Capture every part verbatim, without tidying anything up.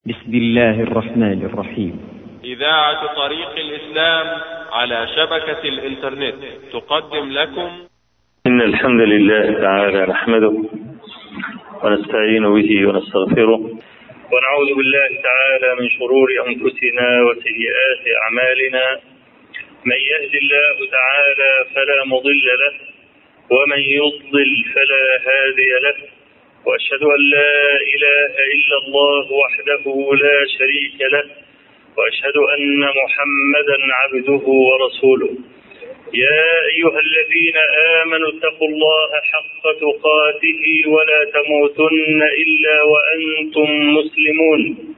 بسم الله الرحمن الرحيم. إذاعة طريق الإسلام على شبكة الإنترنت تقدم لكم إن الحمد لله تعالى نحمده ونستعين به ونستغفره ونعوذ بالله تعالى من شرور أنفسنا وسيئات أعمالنا. من يهد الله تعالى فلا مضل له ومن يضلل فلا هادي له، وأشهد أن لا إله إلا الله وحده لا شريك له، وأشهد أن محمدا عبده ورسوله. يا أيها الذين آمنوا اتقوا الله حق تقاته ولا تموتن إلا وأنتم مسلمون.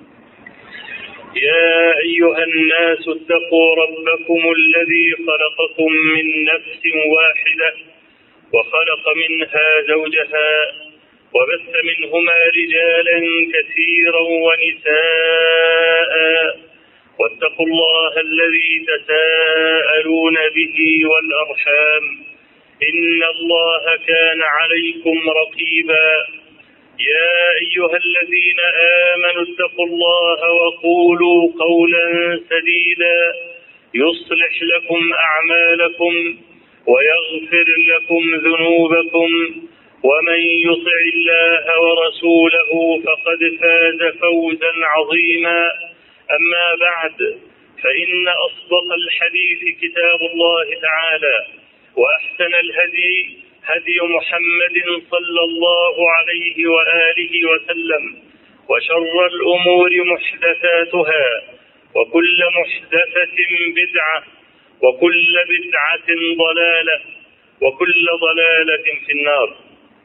يا أيها الناس اتقوا ربكم الذي خلقكم من نفس واحدة وخلق منها زوجها وبث منهما رجالا كثيرا ونساء، واتقوا الله الذي تساءلون به والأرحام إن الله كان عليكم رقيبا. يا أيها الذين آمنوا اتقوا الله وقولوا قولا سديدا يصلح لكم أعمالكم ويغفر لكم ذنوبكم، ومن يطع الله ورسوله فقد فاز فوزا عظيما. أما بعد، فإن أصدق الحديث كتاب الله تعالى، وأحسن الهدي هدي محمد صلى الله عليه وآله وسلم، وشر الأمور محدثاتها، وكل محدثة بدعة، وكل بدعة ضلالة، وكل ضلالة في النار.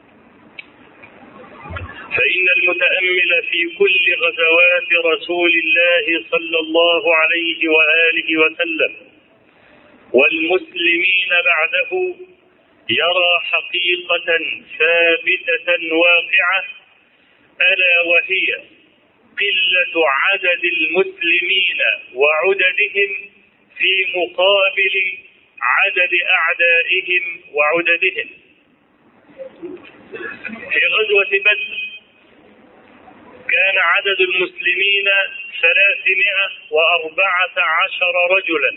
فإن المتأمل في كل غزوات رسول الله صلى الله عليه وآله وسلم والمسلمين بعده يرى حقيقة ثابتة واقعة، ألا وهي قلة عدد المسلمين وعددهم في مقابل عدد أعدائهم وعددهم. في غزوة بدر كان عدد المسلمين ثلاثمائة وأربعة عشر رجلا،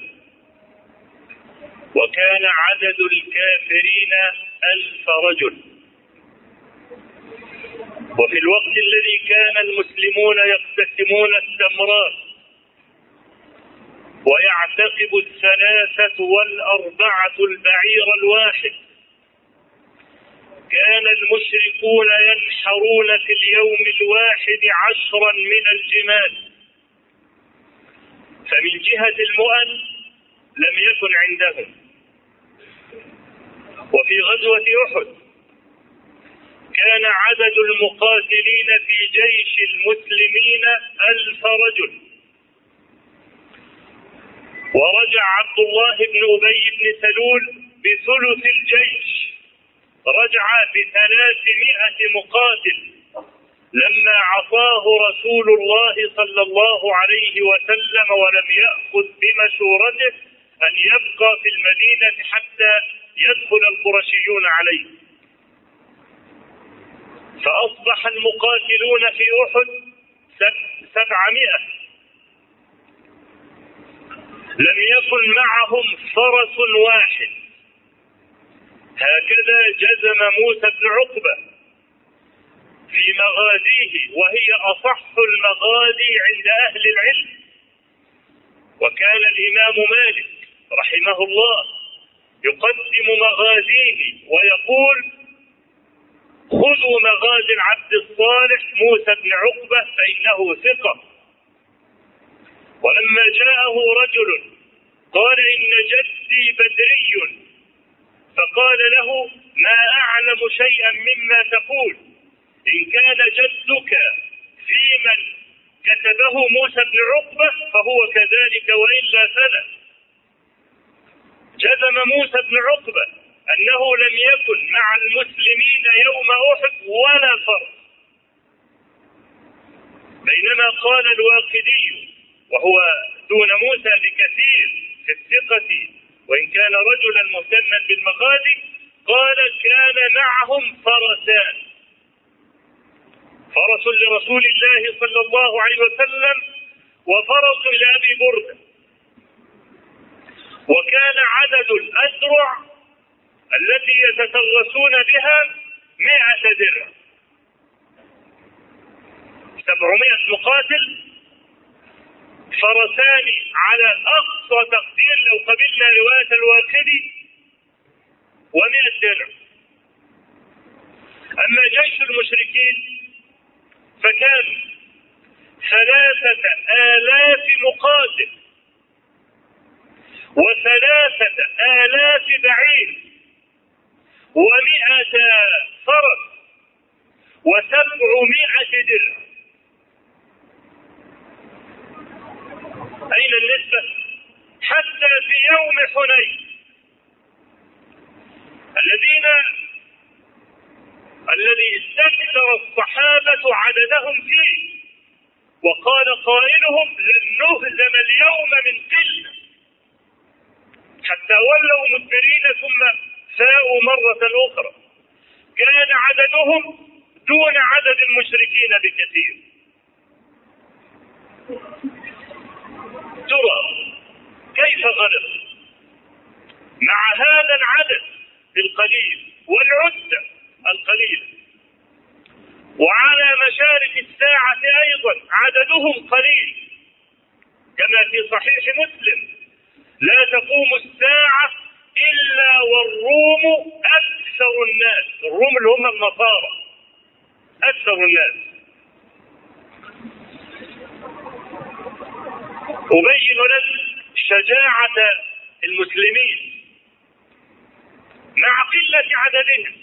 وكان عدد الكافرين ألف رجل. وفي الوقت الذي كان المسلمون يقتسمون التمرات ويعتقب الثلاثة والأربعة البعير الواحد، كان المشركون ينحرون في اليوم الواحد عشرا من الجمال. فمن جهة المؤن لم يكن عندهم. وفي غزوة أحد كان عدد المقاتلين في جيش المسلمين ألف رجل، ورجع عبد الله بن أبي بن سلول بثلث الجيش، رجع بثلاثمائة مقاتل لما عصاه رسول الله صلى الله عليه وسلم ولم يأخذ بمشورته أن يبقى في المدينة حتى يدخل القرشيون عليه. فأصبح المقاتلون في أحد سبعمائة، لم يكن معهم فرس واحد. هكذا جزم موسى بن عقبة في مغازيه، وهي أصح المغازي عند أهل العلم. وكان الإمام مالك رحمه الله يقدم مغازيه ويقول: خذوا مغازي العبد الصالح موسى بن عقبة فإنه ثقة. ولما جاءه رجل قال: إن جدي بدري، فقال له: ما أعلم شيئا مما تقول، إن كان جدك في من كتبه موسى بن عقبة فهو كذلك، وإلا فلا. جزم موسى بن عقبة أنه لم يكن مع المسلمين يوم أحد ولا فرد. بينما قال الواقدي، وهو دون موسى بكثير في الثقة وإن كان رجلا مهتما بالمغازي، قال: كان معهم فرسان. فرس لرسول الله صلى الله عليه وسلم وفرس لأبي بردة. وكان عدد الأذرع التي يتترسون بها مئة درع، سبعمائة مقاتل، فرسان على أقصى تقدير لو قبلنا رواية الواقدي، ومئة درع. أما جيش المشركين فكان ثلاثة آلاف مقاتل وثلاثة آلاف بعير ومئة فرس وسبعمائة درع. أين النسبة؟ حتى في يوم حنين الذين الذي استكثر الصحابة عددهم فيه، وقال قائلهم لن نهزم اليوم من قلة، حتى ولوا مدبرين ثم فاءوا مرة أخرى. كان عددهم دون عدد المشركين بكثير. ترى كيف غلب مع هذا العدد القليل والعدة القليلة، وعلى مشارف الساعة أيضا عددهم قليل، كما في صحيح مسلم: لا تقوم الساعة إلا والروم أكثر الناس. الروم اللي هم النصارى أكثر الناس. أبين لك شجاعة المسلمين مع قلة عددهم.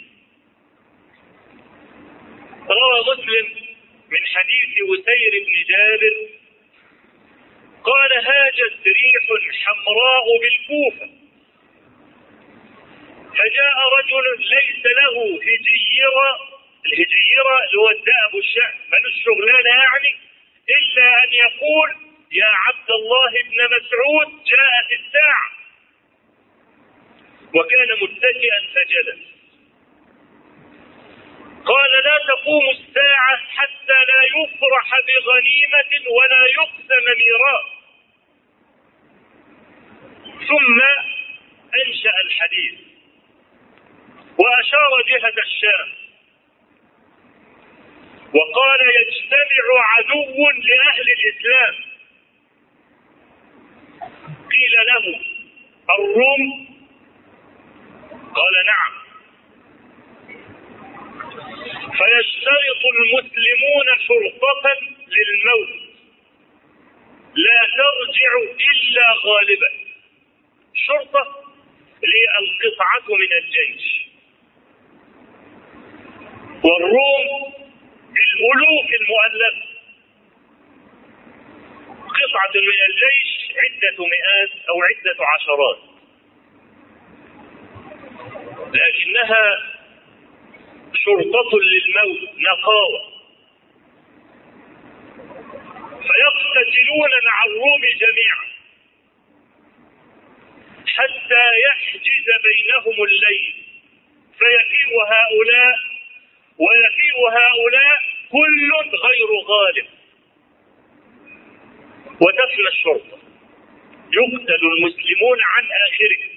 روى مسلم من حديث وسير بن جابر قال: هاجت ريح حمراء بالكوفة، فجاء رجل ليس له هجيرة، الهجيرة اللي هو الدأب الشعب، مالوش شغلانة يعني إلا أن يقول: يا عبد الله بن مسعود جاءت الساعة. وكان متكئا فجلس. قال: لا تقوم الساعة حتى لا يفرح بغنيمة ولا يقسم ميراث. ثم أنشأ الحديث وأشار جهة الشام وقال: يجتمع عدو لأهل الإسلام. قيل له: الروم؟ قال: نعم. فيشترط المسلمون شرطة للموت لا ترجع إلا غالبا. شرطة للقطعة من الجيش، والروم بالألوف المؤلفة، قطعة من الجيش عدة مئات أو عدة عشرات، لكنها شرطة للموت، نقاوة. فيقتتلون مع الروم جميعا حتى يحجز بينهم الليل، فيفيء هؤلاء ويفيء هؤلاء، كل غير غالب، وتفنى الشرطة. يقتل المسلمون عن آخرهم،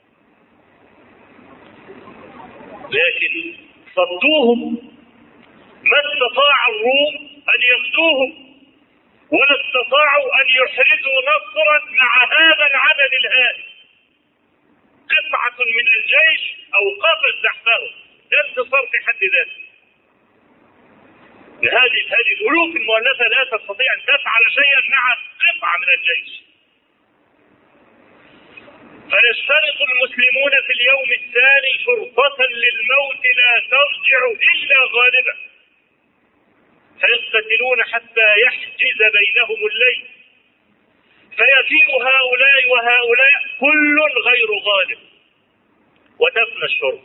لكن صدوهم. ما استطاع الروم أن يصدوهم، ولا استطاعوا أن يحرزوا نصرا مع هذا العدد الهائل. قطعة من الجيش أوقفت زحفهم، لا انتصار في حد ذاته. هذه هذه الألوف المؤلفة لا تستطيع أن تفعل شيئا مع قطعة من الجيش. فيشترط المسلمون في اليوم الثاني شرطة للموت لا ترجع إلا غالبا، فيقتتلون حتى يحجز بينهم الليل، فيفيء هؤلاء وهؤلاء، كل غير غالب، وتفنى الشرطة.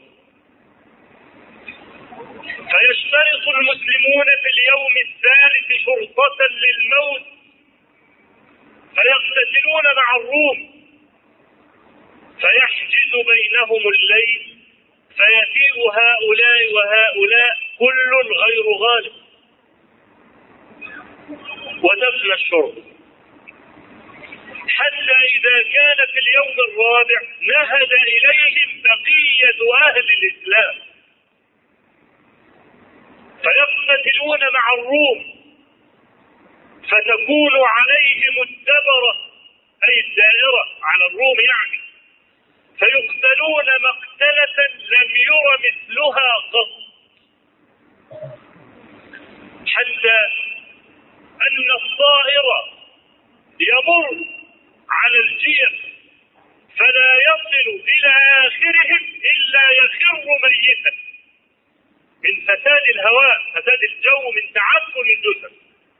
فيشترط المسلمون في اليوم الثالث شرطة للموت، فيقتتلون مع الروم، فيحجز بينهم الليل، فيفيء هؤلاء وهؤلاء، كل غير غالب، ودفن الشرب، حتى إذا كان في اليوم الرابع نهد إليهم بقية أهل الإسلام فيقتتلون مع الروم، فتكون عليهم الدبرة أي الدائرة على الروم يعني، فيقتلون مقتلة لم ير مثلها قط، حتى أن الطائر يمر على الجيش فلا يصل إلى آخرهم إلا يخر ميتا من فساد الهواء، فساد الجو، من تعفن الجثث.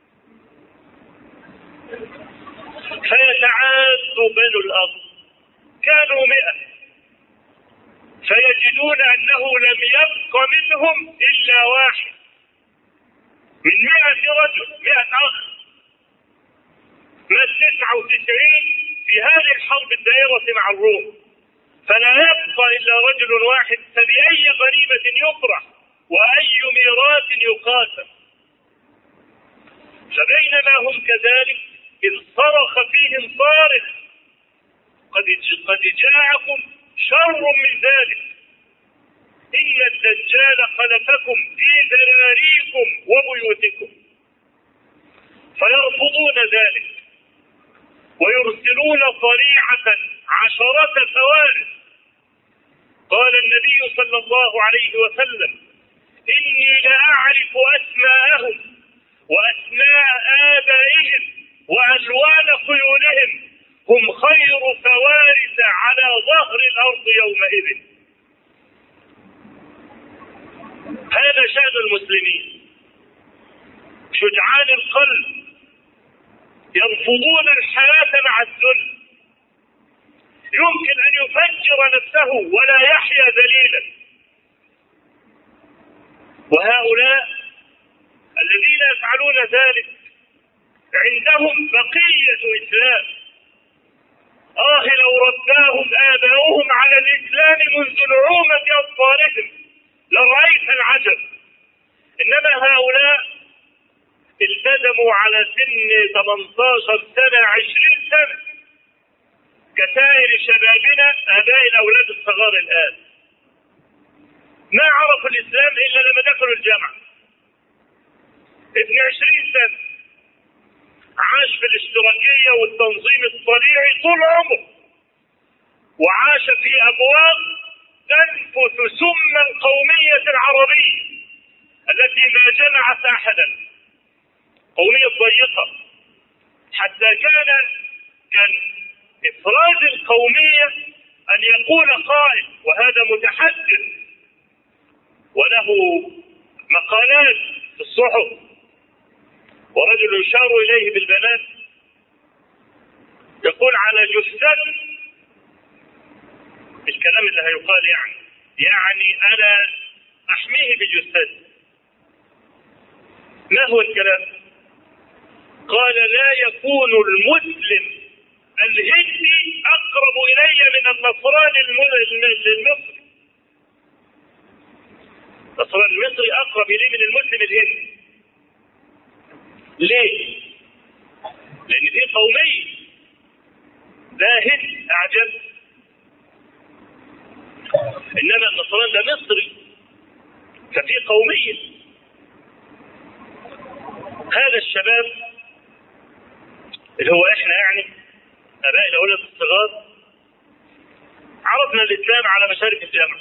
فيتعاد بنو الأرض، كانوا مئة، فيجدون أنه لم يبق منهم إلا واحد من مئة رجل، مئة أخ، ما التسعة وتسعين في هذه الحرب الدائرة مع الروم، فلا يبقى إلا رجل واحد، فبأي غريبة يفرح وأي ميراث يقاسم. فبينما هم كذلك إذ صرخ فيهم صارخ قد قد جاءكم شر من ذلك، إن الدجال خلفكم في ذراريكم وبيوتكم، فيرفضون ذلك ويرسلون طليعة عشرة فوارس. قال النبي صلى الله عليه وسلم: إني لأعرف أسماءهم وأسماء آبائهم وألوان خيولهم، هم خير فوارس على ظهر الأرض يومئذ. هذا شأن المسلمين، شجعان القلب، يرفضون الحياة مع الذل، يمكن أن يفجر نفسه ولا يحيا ذليلا. وهؤلاء الذين يفعلون ذلك عندهم بقية إسلام. آه لو رباهم آباؤهم على الإسلام منذ نعومة أطفالهم لرأيت العجب، إنما هؤلاء التزموا على سن ثمانية عشر سنة، عشرين سنة، كسائر شبابنا آباء الأولاد الصغار الآن، ما عرفوا الإسلام إلا لما دخلوا الجامعة. ابن عشرين سنة عاش في الاشتراكية والتنظيم الصنيعي طول عمره، وعاش في أبواب تنفث سم القومية العربية التي ما جمعت أحدا، قومية ضيقة، حتى كان كان إفراد القومية أن يقول قائل، وهذا متحدث وله مقالات في الصحف، ورجل يشار إليه بالبنات، يقول على جثته، الكلام اللي هيقال يعني يعني أنا أحميه بجثته. ما هو الكلام؟ قال: لا يكون المسلم الهندي أقرب إلي من النصراني المصري. النصراني المصري أقرب إلي من المسلم الهندي. ليه؟ لأن في قومية، ده هند أعجب، إنما النصراني ده مصري، ففي قومية. هذا الشباب اللي هو إحنا يعني أباء الأولاد الصغار عرفنا الإسلام على مشارف الجامعة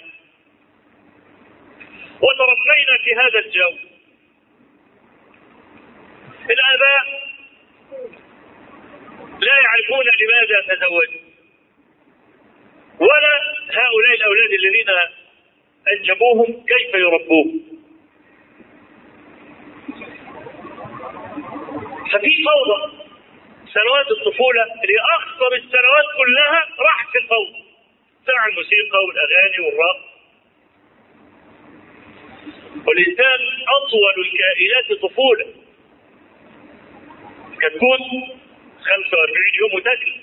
وتربينا في هذا الجو. الآباء لا يعرفون لماذا تزوجوا، ولا هؤلاء الأولاد الذين أنجبوهم كيف يربوهم. ففي فوضى سنوات الطفولة اللي أخطر السنوات كلها راحت في الفوضى، سمع الموسيقى والأغاني والرقص. والإنسان أطول الكائنات طفولة، كتكون خمسة وأربعين يوم وتاكل.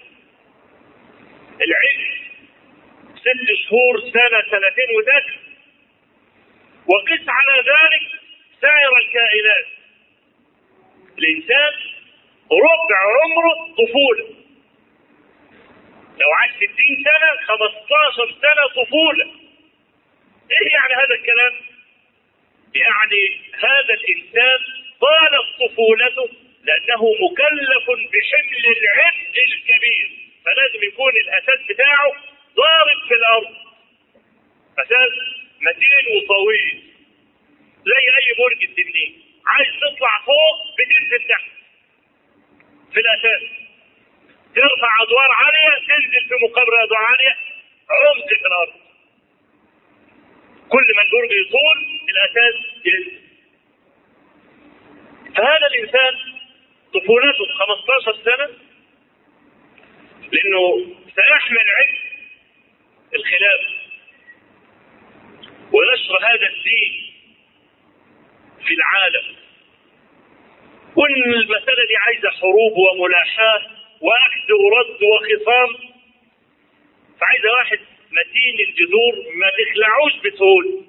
العلم ست شهور، سنة، سنتين وتاكل. وقس على ذلك سائر الكائنات. الإنسان ربع عمره طفولة. لو عاش ستين سنة خمستاشر سنة طفولة. ايه يعني هذا الكلام؟ يعني هذا الانسان طالت طفولته لانه مكلف بحمل العبء الكبير، فلازم يكون الاساس بتاعه ضارب في الارض، اساس متين وطويل زي اي برج تبنيه. عايز تطلع فوق بتنزل تحت في الاساس، ترفع ادوار عاليه تنزل في مقابل ادوار عاليه، عمق في الارض. كل ما البرج يطول الاساس ينزل. فهذا الانسان طفولته خمستاشر سنه لانه سيحمل عبء الخلافه ونشر هذا الدين في العالم، وان المساله دي عايزه حروب وملاحاه واخذ ورد وخصام، فعايزه واحد متين الجذور ما تخلعوش بسهوله.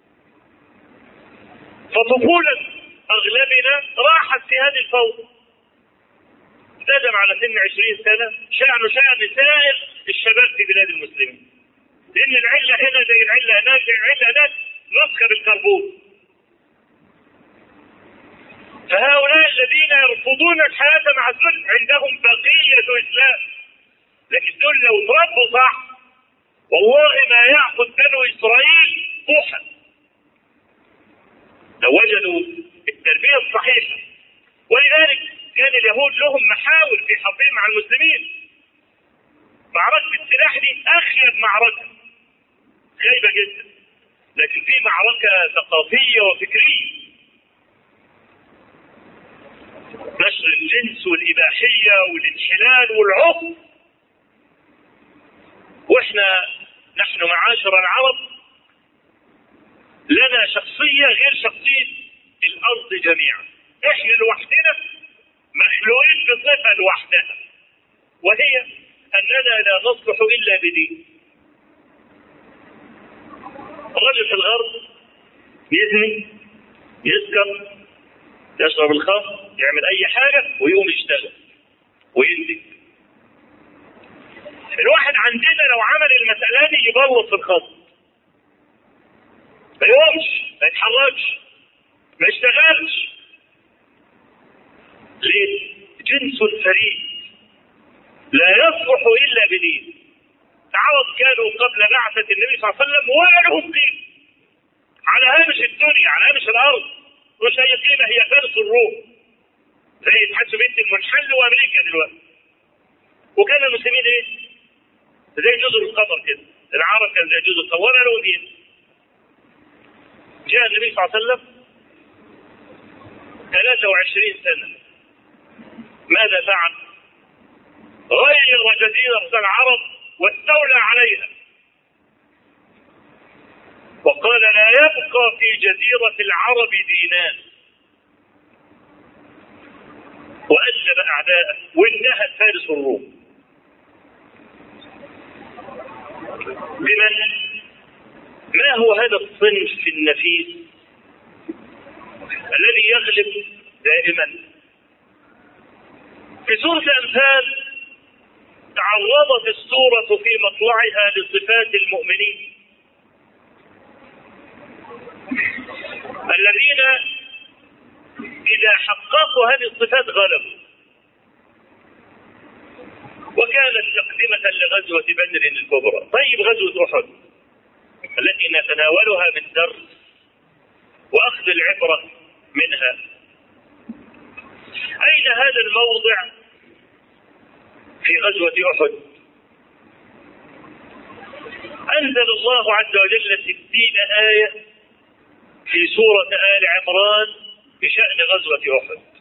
فطفوله اغلبنا راحت في هذه الفوضى. ندم على سن عشرين سنه شأنه شأن سائر الشباب في بلاد المسلمين، لان العله هنا زي العله هناك زي العله هناك، نسخه بالكربون. فهؤلاء الذين يرفضون الحياه مع الذل عندهم بقيه اسلام، لكن دول لو تربوا صح والله ما ياخذ بنو اسرائيل طوحا لو وجدوا التربيه الصحيحه. ولذلك كان اليهود لهم محاور في حربهم مع المسلمين. معركه السلاح دي اخيب معركه خايبه جدا، لكن في معركه ثقافيه وفكريه، نشر الجنس والاباحيه والانحلال والعقد. واحنا نحن معاشر العرب لنا شخصيه غير شخصيه الارض جميعا. احنا لوحدنا مخلوقين بصفه لوحدها، وهي اننا لا نصلح الا بدين. الرجل في الغرب يزني، يسكر، يشرب الخمر، يعمل اي حاجه ويقوم يشتغل وينتج. الواحد عندنا لو عمل المسألة دي يبلط في الخط، ما يقومش، ما يتحركش، ما يشتغلش. ليه؟ جنس فريد لا يصلح الا بدين. العرب كانوا قبل بعثة النبي صلى الله عليه وسلم ولا لهم دين، على هامش الدنيا، على هامش الارض، مش اي قيمه، هي فارس الروم زي تحسوا بنت المنحل وامريكا دلوقتي. وكان المسلمين ايه؟ زي جزر القمر كده. العرب كان زي جزر القمر ولا له دين. جاء النبي صلى الله عليه وسلم ثلاثة وعشرين سنة، ماذا فعل؟ غير جزيرة العرب واستولى عليها، وقال لا يبقى في جزيرة العرب دينان، وأجلب أعداءه وانتهت فارس الروم. بمن؟ ما هو هذا الصنف النفيس الذي يغلب دائما؟ في سورة الأنفال تعرضت السورة في مطلعها لصفات المؤمنين الذين إذا حققوا هذه الصفات غلبوا. وكانت تقدمة لغزوة بدر الكبرى. طيب غزوة أحد التي نتناولها بالدرس وأخذ العبرة منها، أين هذا الموضع في غزوة أحد؟ أنزل الله عز وجل ستين آية في سورة آل عمران بشأن غزوة أحد،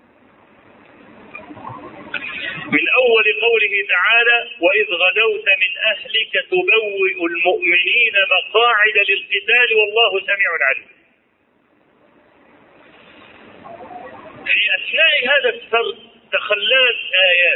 من أول قوله تعالى وإذ غدوت من أهلك تبوئ المؤمنين مقاعد للقتال والله سميع عليم. في أثناء هذا السرد تخللت آيات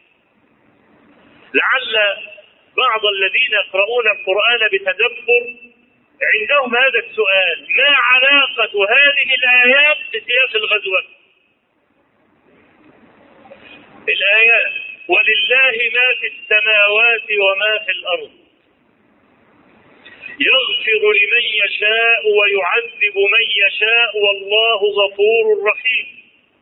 لعل بعض الذين يقرؤون القرآن بتدبر عندهم هذا السؤال: ما علاقة هذه الآيات بسياق الغزوة؟ الآيات: ولله ما في السماوات وما في الأرض، يغفر لمن يشاء ويعذب من يشاء والله غفور رحيم.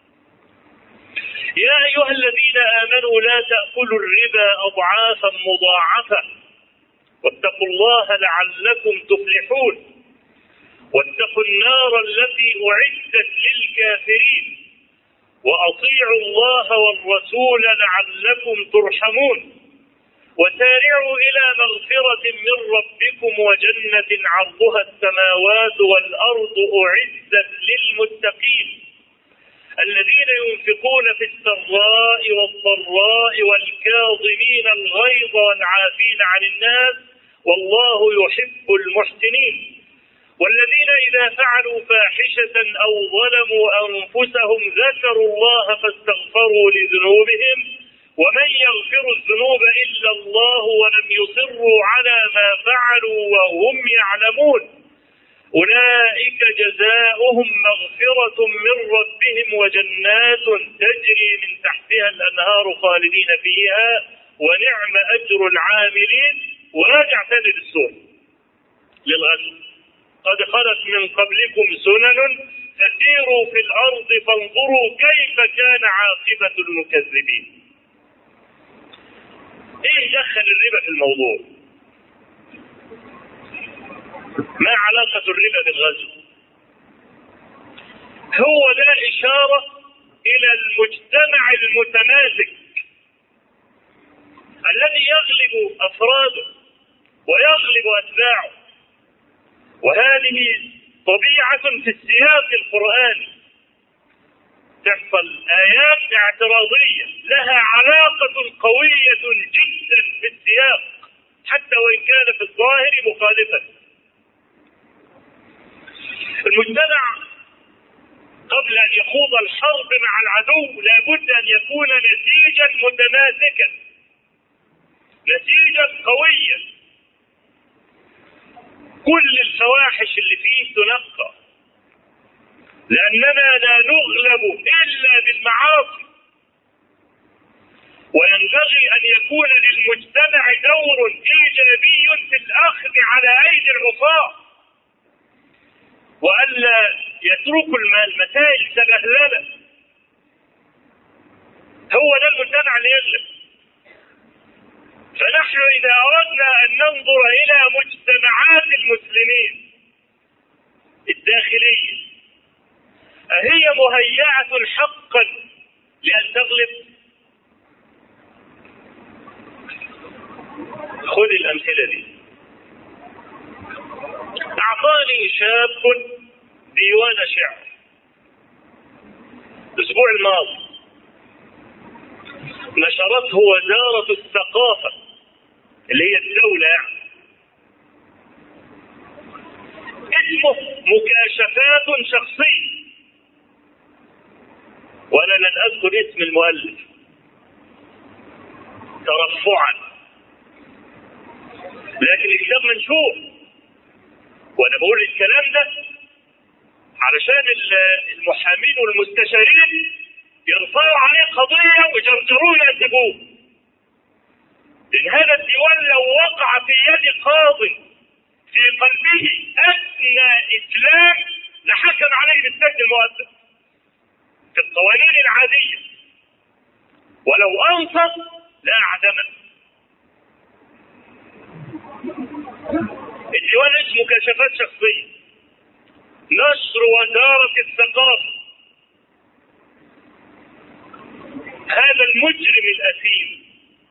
يا أيها الذين آمنوا لا تأكلوا الربا أضعافا مضاعفة واتقوا الله لعلكم تفلحون، واتقوا النار التي أعدت للكافرين، وأطيعوا الله والرسول لعلكم ترحمون، وسارعوا إلى مغفرة من ربكم وجنة عرضها السماوات والأرض أعدت للمتقين الذين ينفقون في السراء والضراء والكاظمين الغيظ والعافين عن الناس والله يحب المحسنين، والذين إذا فعلوا فاحشة أو ظلموا أنفسهم ذكروا الله فاستغفروا لذنوبهم ومن يغفر الذنوب إلا الله ولم يصروا على ما فعلوا وهم يعلمون أولئك جزاؤهم مغفرة من ربهم وجنات تجري من تحتها الأنهار خالدين فيها ونعم أجر العاملين. وراجع ثاني للسورة للغزو: قد خلت من قبلكم سنن فسيروا في الأرض فانظروا كيف كان عاقبة المكذبين. ايه دخل الربا في الموضوع؟ ما علاقة الربا بالغزو؟ هو ده إشارة إلى المجتمع المتماسك الذي يغلب أفراده ويغلب أتباعه، وهذه طبيعة في السياق القرآني. تحصل آيات اعتراضية لها علاقة قوية جدا بالسياق حتى وإن كان في الظاهر مخالفا. المجتمع قبل أن يخوض الحرب مع العدو لابد أن يكون نسيجا متماسكا، نسيجا قويا، كل الفواحش اللي فيه تنقى، لأننا لا نغلب إلا بالمعاصي، وينبغي أن يكون للمجتمع دور إيجابي في الأخذ على أيدي العصاة، وألا يتركوا المسائل تبهللة. هو ده المجتمع اللي يغلب. فنحن إذا أردنا أن ننظر إلى مجتمعات المسلمين الداخلية أهي مهيئة حقا لأن تغلب؟ خذ الأمثلة دي. أعطاني شاب ديوان شعر الأسبوع الماضي، نشرته وزارة الثقافة اللي هي الدولة يعني. اسمه مكاشفات شخصية، وأنا لن أذكر اسم المؤلف ترفعا، لكن الكتاب منشور، وأنا بقول الكلام ده علشان المحامين والمستشارين يرفعوا عليه قضية ويجرجروه يأدبوه. إن هذا الديوان لو وقع في يد قاض في قلبه أدنى إسلام لحكم عليه بالسجن المؤبد في القوانين العادية، ولو أنصف لا أعدمه. الديوان اسمه مكاشفات شخصية، نشر وزارة الثقافة. هذا المجرم الأثيم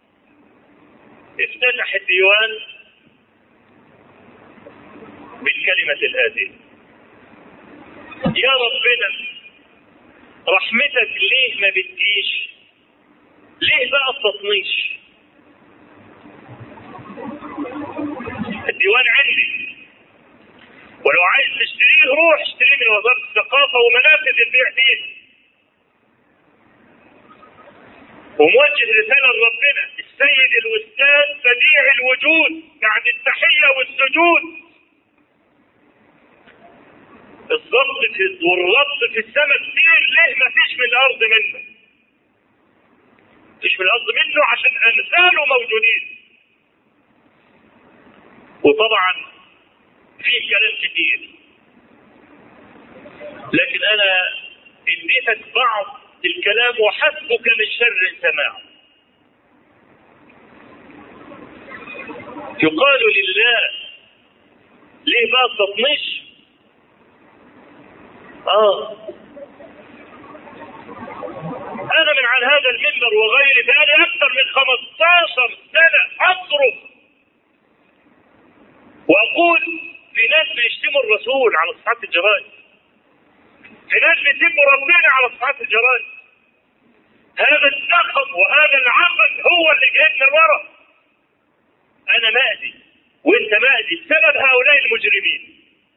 افتتح الديوان بالكلمة الآتية: يا ربنا رحمتك ليه ما بتجيش؟ ليه بقى التطنيش؟ الديوان عندي، ولو عايز تشتريه روح اشتريه من وزارة الثقافة ومنافذ البيع فيه. وموجه رسالة لربنا: السيد الأستاذ بديع الوجود بعد التحية والسجود، الضبط والربط في السماء كتير، ليه ما فيش من الأرض منه؟ مش من القصد منه عشان امثاله موجودين. وطبعا في كلام كتير، لكن انا اديتك بعض الكلام وحسبك من شر سماع. يقال لله ليه بقى تطنش؟ اه انا من على هذا المنبر وغيره بقالي اكثر من خمسة عشر سنة اصرف واقول في ناس بيشتموا الرسول على صفحات الجرائد، في ناس بيسبوا ربنا على صفحات الجرائد. هذا الزخم وهذا العقل هو اللي جايبنا لورا. انا مأذي وانت مأذي بسبب هؤلاء المجرمين،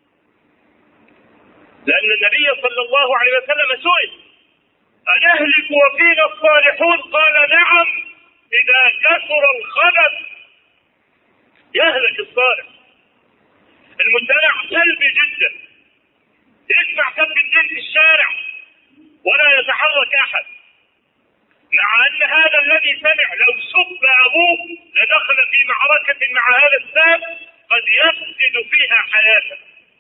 لان النبي صلى الله عليه وسلم سئل أنهلك وفينا الصالحون؟ قال نعم إذا كثر الخبث يهلك الصالح. المجتمع سلبي جدا، يسمع سب الدين في الشارع ولا يتحرك أحد، مع أن هذا الذي سمع لو سب أبوه لدخل في معركة مع هذا الساب قد يفسد فيها حياته.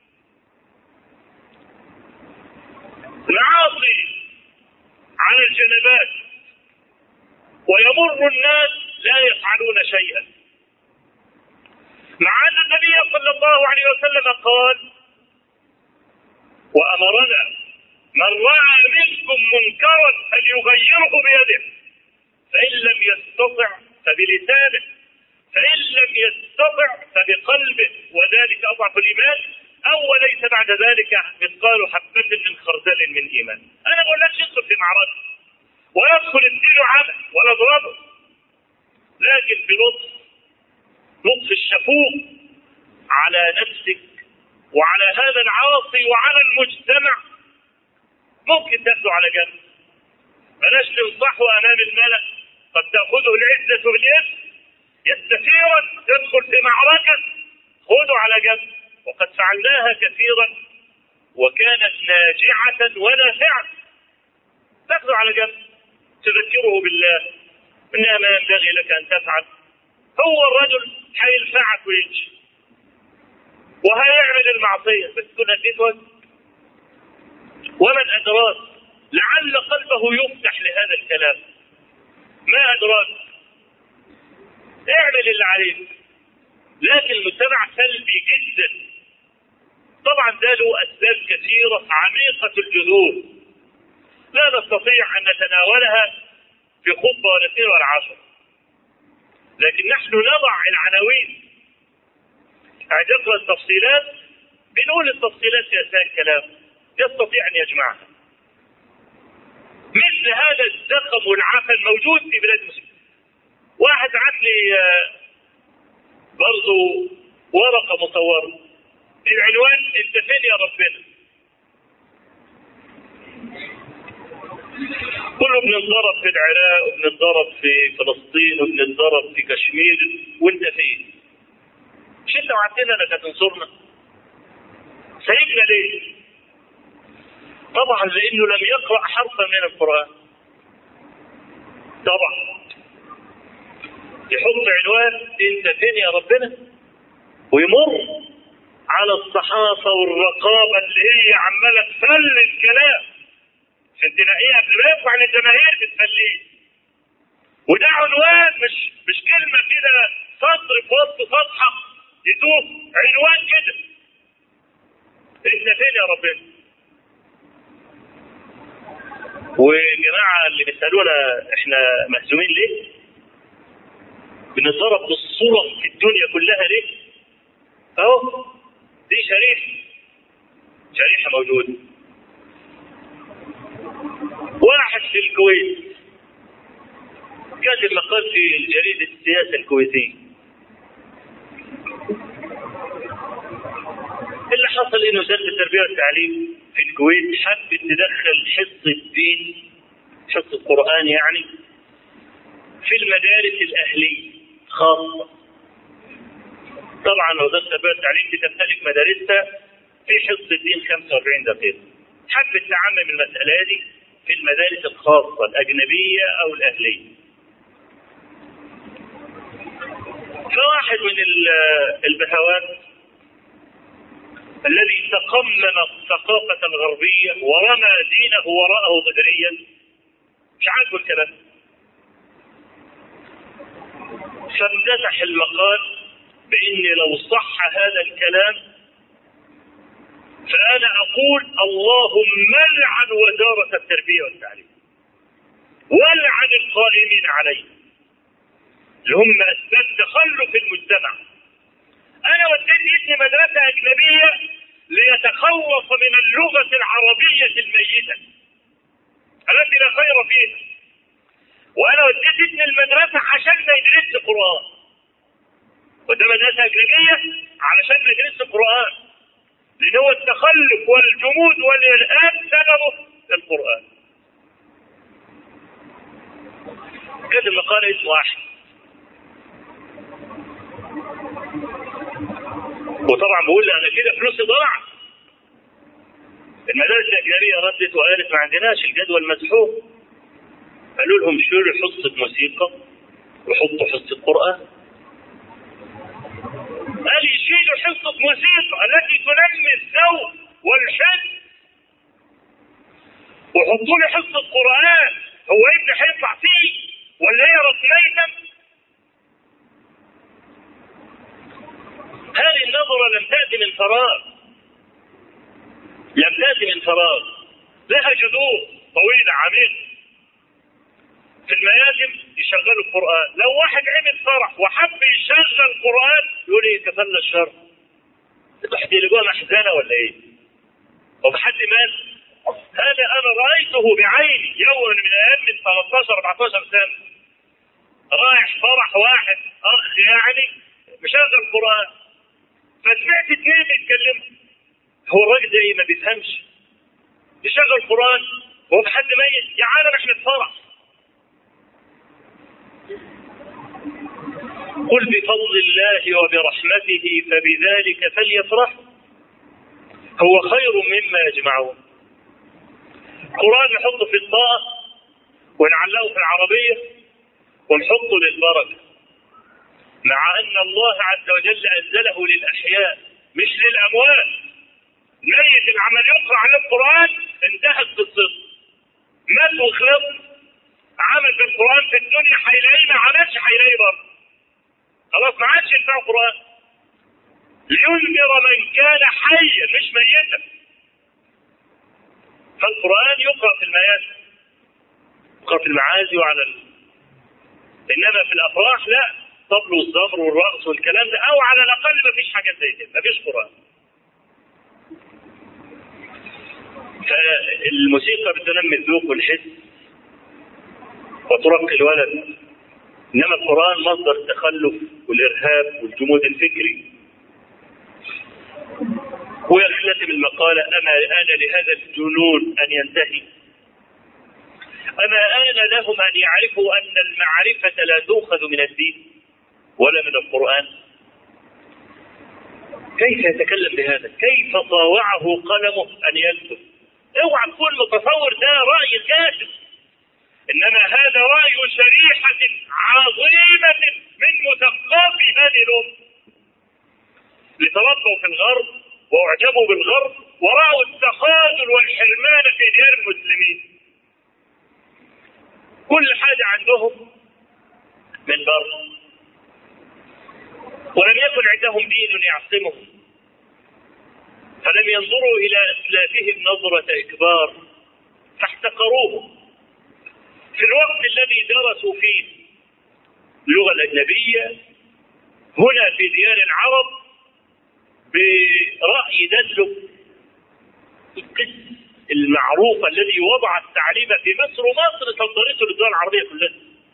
العاصي على الجنبات ويمر الناس لا يفعلون شيئا، مع أن النبي صلى الله عليه وسلم قال وأمرنا من رأى منكم منكرا فليغيره بيده، فإن لم يستطع فبلسانه، فإن لم يستطع فبقلبه، وذلك أضعف الإيمان، أو وليس بعد ذلك مثقال حبة من خردل من إيمان. أنا بقول لك يدخل في معركة ويدخل الدين عمل ولا اضربه، لكن بلطف، لطف الشفوق على نفسك وعلى هذا العاصي وعلى المجتمع. ممكن تاخده على جنب، بلاش تنصحه أمام الملأ، قد تأخذه العزة بالإثم، يستثيرا تدخل في معركة، خذه على جنب. وقد فعلناها كثيرا وكانت ناجعة ونافعة. تاخذه على جنب، تذكره بالله إنها ما ينبغي لك أن تفعل. هو الرجل هينفعك ويمشي وهيعمل المعصية، بس تكون أديت وجه. ومن أدراك لعل قلبه يفتح لهذا الكلام، ما أدراك، اعمل اللي عليك. لكن المجتمع سلبي جدا، طبعا ده له أسباب كثيرة عميقة الجذور لا نستطيع أن نتناولها في خطبة ولا اثنين ولا عشر، لكن نحن نضع العناوين. أعجبنا التفصيلات، بنقول التفصيلات في أثناء الكلام يستطيع أن يجمعها. مثل هذا الزخم والعفن موجود في بلاد المسلمين. واحد بعت لي برضه ورقة مصورة، العنوان انت فين يا ربنا؟ كله بنتضرب في العراق وبنتضرب في فلسطين وبنتضرب في كشمير، وانت فين؟ مش انت وعدتنا انك هتنصرنا؟ سايبنا ليه؟ طبعا لانه لم يقرأ حرفا من القرآن. طبعا يحط عنوان انت فين يا ربنا ويمر على الصحافة والرقابة اللي هي عمالة تفل الكلام عشان تلاقيها قبل ما يطلع للجماهير بتفليه. وده عنوان، مش مش كلمة كده سطر في وسط صفحة يدوب، عنوان كده انت فين يا ربنا. وجماعة اللي بيسألونا احنا مهزومين ليه؟ بنتضرب بالصورة في الدنيا كلها ليه؟ اهو دي شريحة شريحة موجودة. واحد في الكويت كاتب مقال في جريدة السياسة الكويتية. اللي حصل انه وزارة التربية والتعليم في الكويت حبت تدخل حصة الدين، حصة القرآن يعني، في المدارس الأهلية خاصة. طبعا وزارة التربية والتعليم بتمتلك مدارسها في حصة الدين خمسة وأربعين دقيقة. حبت تعمم المسألة دي في المدارس الخاصة الأجنبية أو الأهلية. واحد من البهوات الذي تقمم الثقافة الغربية ورمى دينه وراءه ظهريا، مش عاجبه الكلام، فافتتح المقال بإن لو صح هذا الكلام فأنا أقول اللهم لعن وزارة التربية والتعليم ولعن القائمين عليه اللي هم أسباب تخلف المجتمع. أنا وديت ابني مدرسة أجنبية ليتخلص من اللغة العربية الميتة التي لا خير فيها، وأنا وديت ابني المدرسة عشان ما يدرس قرآن، وده مدرسة أجنبية علشان ما يدرس قرآن، لأن هو التخلف والجمود والإرهاب سببه القرآن. كتب مقال اسمه أحد، وطبعا بقول انا كده فلوسي ضاع. المدارس الاجنبيه ردت وقالت ما عندناش الجدول مسحوق. قالوا لهم شيلوا حصه موسيقى وحطوا حصه قران. قال يشيلوا حصه موسيقى التي تنمي الذوق والحس وحطوا لي حصه قران، هو ابني هيطلع فيه ولا يرى ميتا؟ هذه النظرة لم تأتي من فراغ، لم تأتي من فراغ، لها جذور طويلة عميقة. في الميادم يشغلوا القرآن، لو واحد عمل فرح وحب يشغل القرآن يقول ايه كفلنا الشر، تحتلقوها محزنة ولا ايه؟ وبحد مال؟ هذا انا رأيته بعيني يوما من ايام من ثلاثة عشر أربعة عشر سنة، رايح فرح واحد اخ يعني مشغل القرآن، فسمعت اثنين بيتكلموا، هو الراجل ده ايه ما بيفهمش يشغل القرآن وهو بحد ميت؟ يا عالم احنا فرح. قل بفضل الله وبرحمته فبذلك فليفرح هو خير مما يجمعون. القرآن نحطه في الطاقة ونعلقه في العربية ونحطه للبركة، مع أن الله عز وجل أنزله للأحياء مش للأموات. ميت العمل يقرأ على القرآن انتهت قصته، مات وخلص، عمل بالقرآن في الدنيا هيلاقيه، ما عملش هيلاقيه برضه، خلاص ما عادش ينفع القرآن. لينذر من كان حيا مش ميتا. فالقرآن يقرأ في المياسر، يقرأ في المعازي وعلى ال... إنما في الأفراح لا، الطبل والزمر والرقص والكلام ده، أو على الأقل ما فيش حاجات زي كده، ما فيش قرآن. فالموسيقى بتنمي الذوق والحس وترقي الولد، إنما القرآن مصدر التخلف والإرهاب والجمود الفكري. ويختتم المقالة: أما آن لهذا الجنون أن ينتهي؟ أما آن لهم أن يعرفوا أن المعرفة لا تؤخذ من الدين ولا من القرآن؟ كيف يتكلم بهذا؟ كيف طاوعه قلمه أن يكتب؟ اوعى تكون متصور ده رأي كاتب، إنما هذا رأي شريحة عظيمة من مثقفي هذه الأمة، لتربوا في الغرب واعجبوا بالغرب ورأوا التخاذل والحرمان في ديار المسلمين. كل حاجة عندهم من بره، ولم يكن عندهم دين يعصمهم، فلم ينظروا إلى أسلافهم نظرة إكبار فاحتقروهم. في الوقت الذي درسوا فيه اللغة الأجنبية هنا في ديار العرب برأي دلو القس المعروف الذي وضع التعليم في مصر، ومصر صدرته للدول العربية كلها،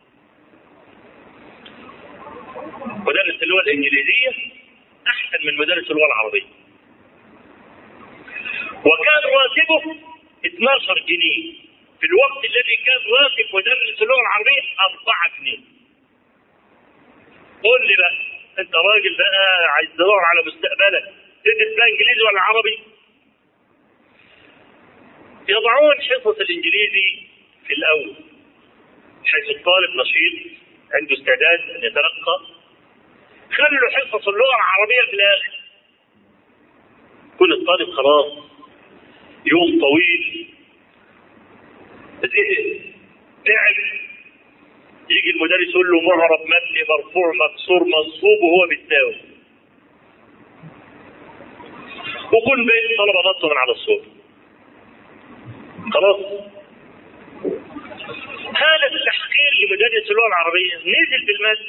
مدرس اللغة الإنجليزية أحسن من مدرس اللغة العربية، وكان راتبه اثناشر جنيه في الوقت الذي كان راتب مدرس اللغة العربية أربعة جنيه. قول لي بقى أنت راجل بقى عايز تدور على مستقبلك، تدرس بقى إنجليزي ولا عربي؟ يضعون حصص الإنجليزي في الأول، حيث الطالب نشيط عنده استعداد أن يتلقى، خلوا حصص اللغة العربية في الآخر. كل الطالب خلاص يوم طويل تعب، يجي المدرس يقول له معرب مبني مرفوع مكسور منصوب وهو بيساوي، وكل بيت طلبة نطوا من على الصوت. خلاص هذا التحقير لمدرس اللغة العربية نزل بالمد.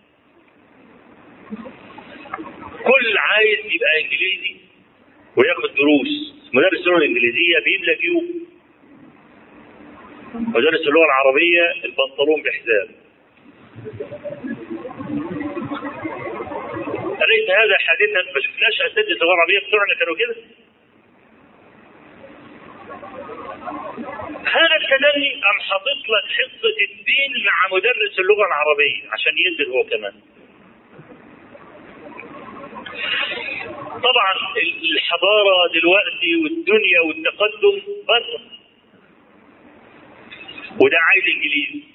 كل عايز يبقى انجليزي وياخد دروس. مدرس اللغة الانجليزية بيملى جيوب، مدرس اللغة العربية البنطلون بحزام. أليس هذا حادثا؟ ما شفناش أساتذة اللغة العربية بتوعنا كانوا كده؟ هذا التدني أم حاطط لك حصة الدين مع مدرس اللغة العربية عشان ينزل هو كمان. طبعا الحضارة دلوقتي والدنيا والتقدم بره، وده عايز انجليزي.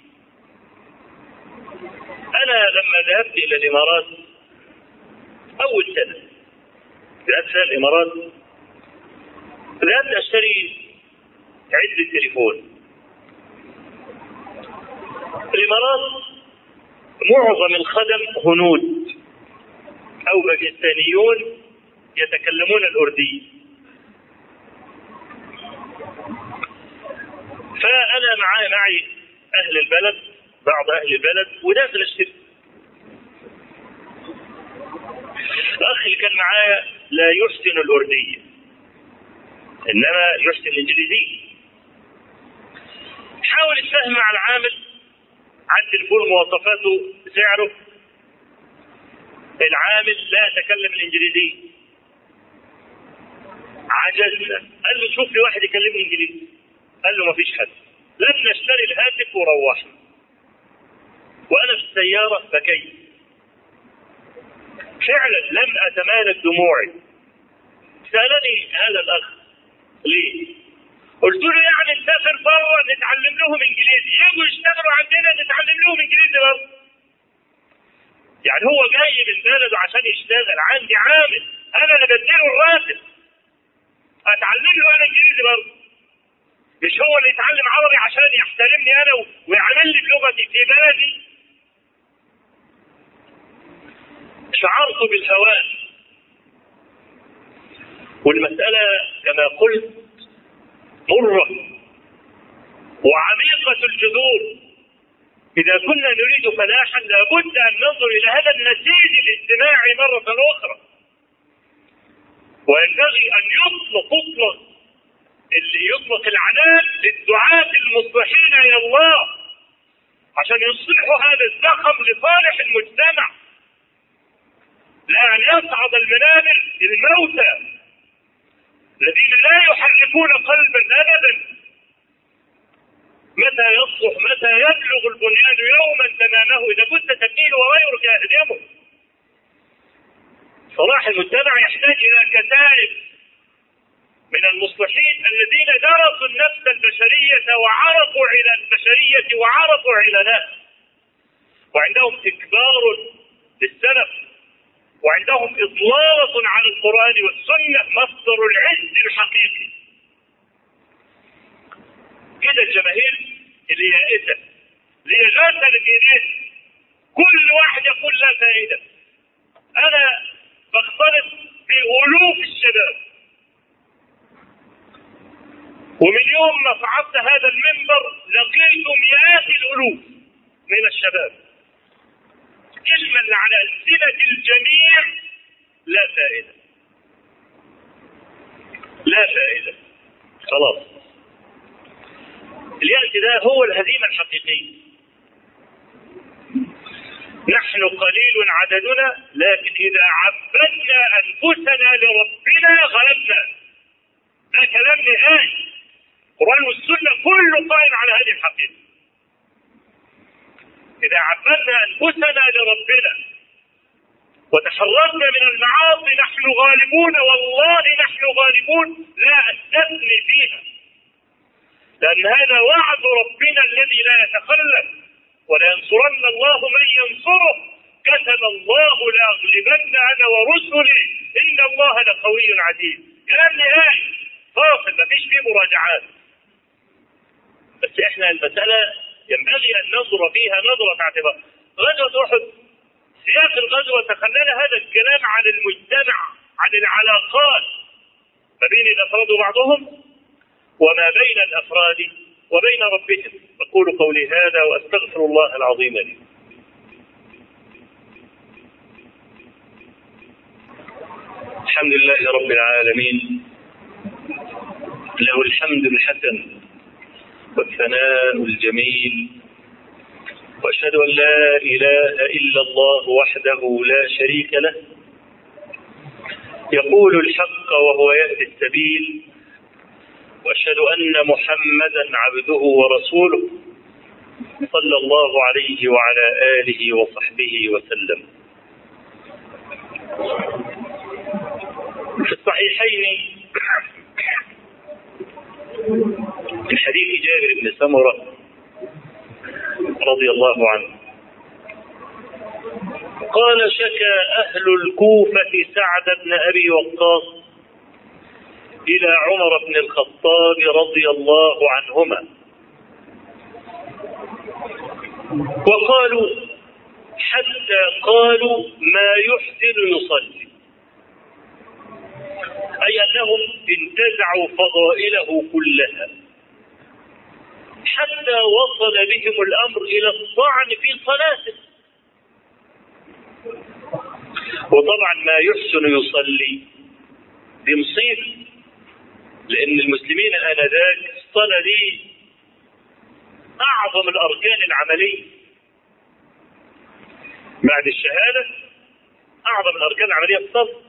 انا لما ذهبت الى الامارات اول سنة ذهبت الى الامارات، ذهبت اشتري عدة تليفون. الامارات معظم الخدم هنود او باكستانيون يتكلمون الاردية. فانا معي معي اهل البلد، بعض اهل البلد، وداخل اشتري. الاخ اللي كان معايا لا يحسن الاردية انما يحسن الانجليزية. حاول الفهم مع العامل على التليفون مواصفاته سعره. العامل لا يتكلم الانجليزية. عجزنا، قال له شوف لي واحد يكلمني انجليزي. قال له ما فيش حد. لم نشتري الهاتف وروحنا، وانا في السيارة بكيت فعلا لم اتمالك دموعي. سألني هذا الاخ ليه؟ قلت له يعني نسافر بره نتعلم لهم انجليزي، يجوا يشتغلوا عندنا نتعلم لهم انجليزي برضه. يعني هو جاي من بلده عشان يشتغل، عندي عامل انا اللي بديله الراتب، اتعلم له انا انجليزي برضه. مش هو اللي يتعلم عربي عشان يحترمني انا ويعمل لي بلغتي في بلدي. شعرت بالهوان، والمسألة كما قلت مرة وعميقة الجذور. إذا كنا نريد فلاحا لابد أن ننظر إلى هذا النسيج الاجتماعي مرة أخرى، وينبغي أن يطلق يطلق اللي يطلق العنان للدعاة المصلحين إلى الله عشان يصلحوا هذا الزخم لصالح المجتمع، لا أن يصعد المنابر الموتى الذين لا يحركون قلبا أبدا. متى يصلح، متى يبلغ البنيان يوما تمامه إذا كنت تكيل وغيرك يهدمه. صلاح المجتمع يحتاج إلى كتائب من المصلحين الذين درسوا النفس البشرية وعرفوا على البشرية وعرفوا عللها، وعندهم إكبار للسلف، وعندهم إطلالة على القرآن والسنة مصدر العز الحقيقي. كده الجماهير اللي يائسة لغسل بإيديه، كل واحد يقول لا فائدة. أنا بختلط بألوف الشباب، ومن يوم ما صعدت هذا المنبر لقيت مئات الألوف من الشباب. كلمة اللي على ألسنة الجميع لا فائدة، لا فائدة. خلاص اليأس ده هو الهزيمة الحقيقية. نحن قليل عددنا، لكن إذا عبدنا أنفسنا لربنا غلبنا. ده كلام نهائي. القرآن والسنة كله قائم على هذه الحقيقة. إذا عبدنا أنفسنا لربنا وتحررنا من المعاصي نحن غالبون، والله نحن غالبون، لا أستثني فيها، لأن هذا وعد ربنا الذي لا يتخلف، ولا ينصرن الله من ينصره كتب الله لأغلبن أنا ورسلي إن الله لقوي عزيز. كلام نهائي فاصل مفيش فيه مراجعات. بس احنا المسألة ينبغي أن ننظر فيها نظرة اعتبار. غزوة أحد سياق الغزوة تخلل هذا الكلام عن المجتمع، عن العلاقات ما بين الأفراد وبعضهم وما بين الأفراد وبين ربهم. أقول قولي هذا وأستغفر الله العظيم لي. الحمد لله رب العالمين، له الحمد الحسن والثناء الجميل، وأشهد أن لا إله إلا الله وحده لا شريك له، يقول الحق وهو يهدي السبيل، وأشهد أن محمدا عبده ورسوله صلى الله عليه وعلى آله وصحبه وسلم. في الصحيحين من حديث جابر بن سمرة رضي الله عنه قال: شكى أهل الكوفة سعد بن أبي وقاص إلى عمر بن الخطاب رضي الله عنهما، وقالوا حتى قالوا ما يحسن يصلي، أي أنهم انتزعوا فضائله كلها حتى وصل بهم الأمر إلى الطعن في صلاته. وطبعا ما يحسن يصلي بمصيبة، لأن المسلمين آنذاك الصلاة دي أعظم الأركان العملية بعد الشهادة. أعظم الأركان العملية الصلاة،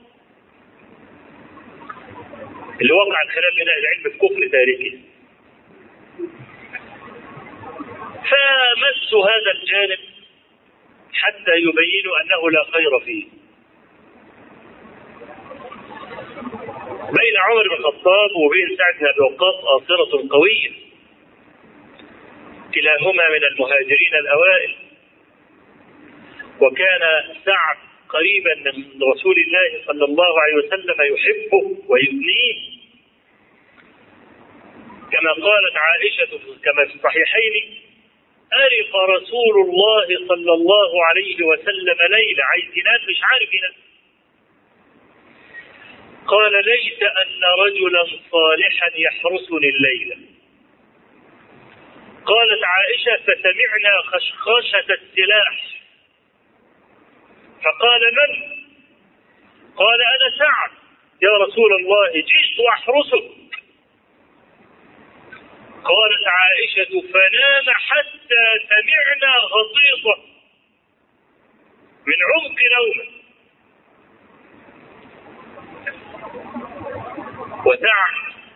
اللي وقع الخلاف بين العلم في كفر تاركه. فمسوا هذا الجانب حتى يبينوا أنه لا خير فيه. بين عمر بن الخطاب وبين سعد بن أبي وقاص آثرة قوية، كلاهما من المهاجرين الأوائل، وكان سعد قريبا من رسول الله صلى الله عليه وسلم يحبه ويثنيه، كما قالت عائشة كما في الصحيحين: أرق رسول الله صلى الله عليه وسلم ليلة، عايز ينام مش عارف ينام، قال: ليس أن رجلا صالحا يحرسني الليلة. قالت عائشة: فسمعنا خشخشة السلاح، فقال: من؟ قال: أنا سعد يا رسول الله، جئت أحرسك. قالت عائشة: فنام حتى سمعنا غطيطة من عمق نومه. وسعد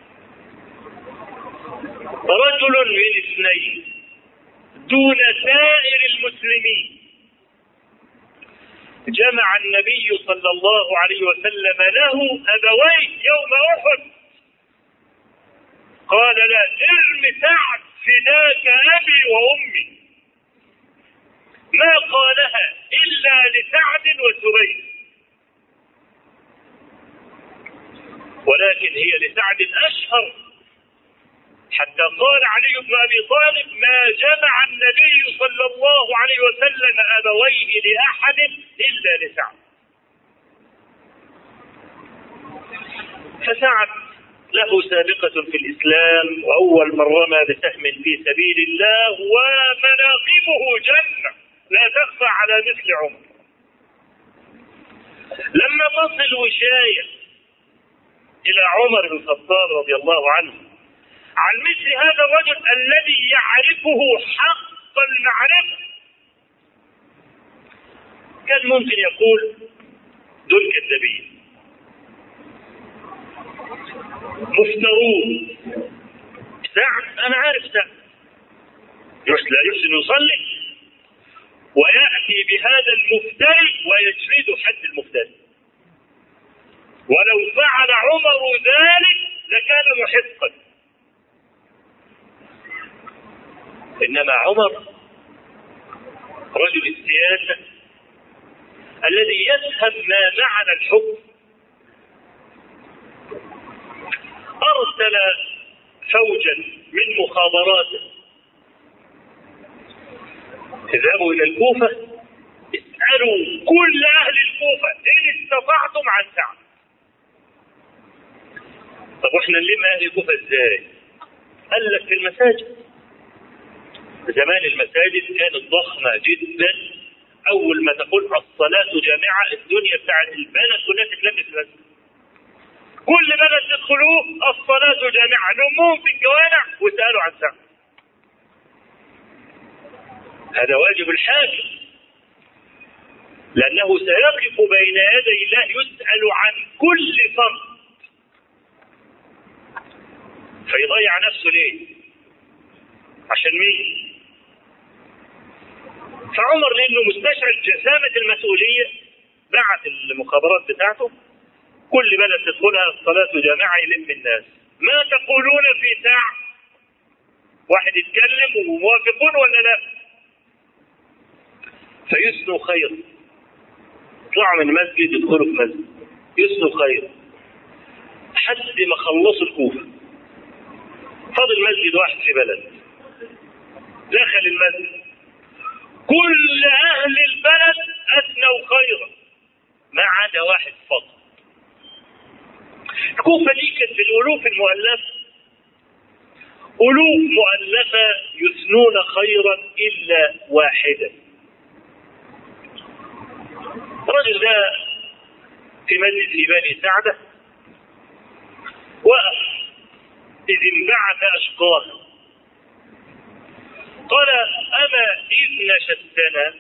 رجل من اثنين دون سائر المسلمين، جمع النبي صلى الله عليه وسلم له أبويه يوم أحد، قال: لا ارم سعد فداك أبي وأمي، ما قالها إلا لسعد وسبيل، ولكن هي لسعد أشهر، حتى قال علي بن أبي طالب: ما جمع النبي صلى الله عليه وسلم أبويه لأحد إلا لسعد. فسعد له سابقة في الإسلام، وأول من رمى بسهم في سبيل الله، ومناقبه جنة لا تخفى على مثل عمر. لما تصل وشاية إلى عمر بن الخطاب رضي الله عنه عن مثل هذا الرجل الذي يعرفه حق المعرفة، كان ممكن يقول: دول كذابين مفترون. سعد أنا عارف سعد لا يحسن يصلي، ويأتي بهذا المفتري ويجلد حد المفتري، ولو فعل عمر ذلك لكان محقا. إنما عمر رجل السياسة الذي يفهم ما معنى الحكم أرسل فوجا من مخابراته اذهبوا إلى الكوفة اسألوا كل أهل الكوفة إن استطعتم عن سعد. طب واحنا نلم أهل الكوفة ازاي؟ قال لك في المساجد. زمان المساجد كانت ضخمة جدا، أول ما تقول الصلاة جامعة الدنيا بتاع البلد كلها تتلم في المسجد. كل بلد تدخلوه الصلاة جامعة، نموهم في الجوامع واسألوا عن سعد. هذا واجب الحاكم، لأنه سيقف بين يدي الله يسأل عن كل فرد، فيضيع نفسه ليه؟ عشان مين؟ فعمر لأنه مستشعر جسامة المسؤولية بعت المخابرات بتاعته كل بلد تدخلها الصلاة جامعة يلم الناس. ما تقولون في ساعة؟ واحد يتكلم وموافقون ولا لا؟ فيسنوا خير، يطلعوا من مسجد يدخلوا في مسجد يسنوا خير حد ما خلصوا الكوفة. فاضل مسجد واحد في بلد، دخل المسجد كل أهل البلد أثنوا خيرا ما عدا واحد فقط. الكوفة دي كانت بالألوف المؤلفة، ألوف مؤلفة يثنون خيرا إلا واحدا. الرجل ده في مجلس في بني سعدة وقف إذ انبعث أشقاه قال أما إذ نشدتنا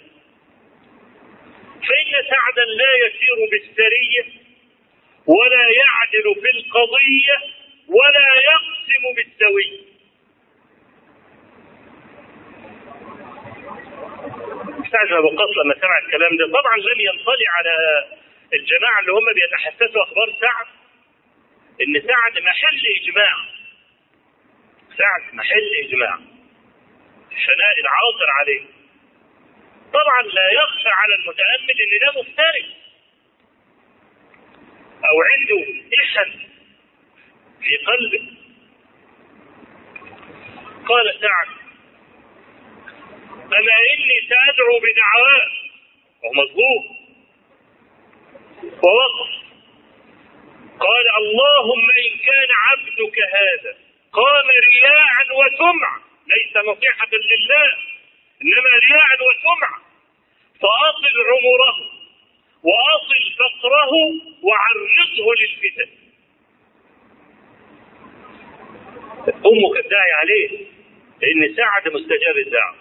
فإن سعدا لا يسير بالسرية ولا يعدل في القضية ولا يقسم بالسوي. سعد بن وقاص لما سمع الكلام ده طبعا لم ينطلع على الجماعة اللي هم بيتحسسوا أخبار سعد إن سعد محل إجماع. سعد محل إجماع الشناء العاصر عليه. طبعا لا يخفى على المتأمل إن ده مفترس أو عنده إحن في قلبه. قال سعد أما إني سأدعو بدعوات، وهو مظلوم ووقف. قال اللهم إن كان عبدك هذا قام رياعا وسمعا، ليس نصيحة لله إنما رياعا وسمعا، فأطل عمره وأطل فقره وعرضه للفتن. أمه كانت داعي عليه لأن سعد مستجاب الدعوة.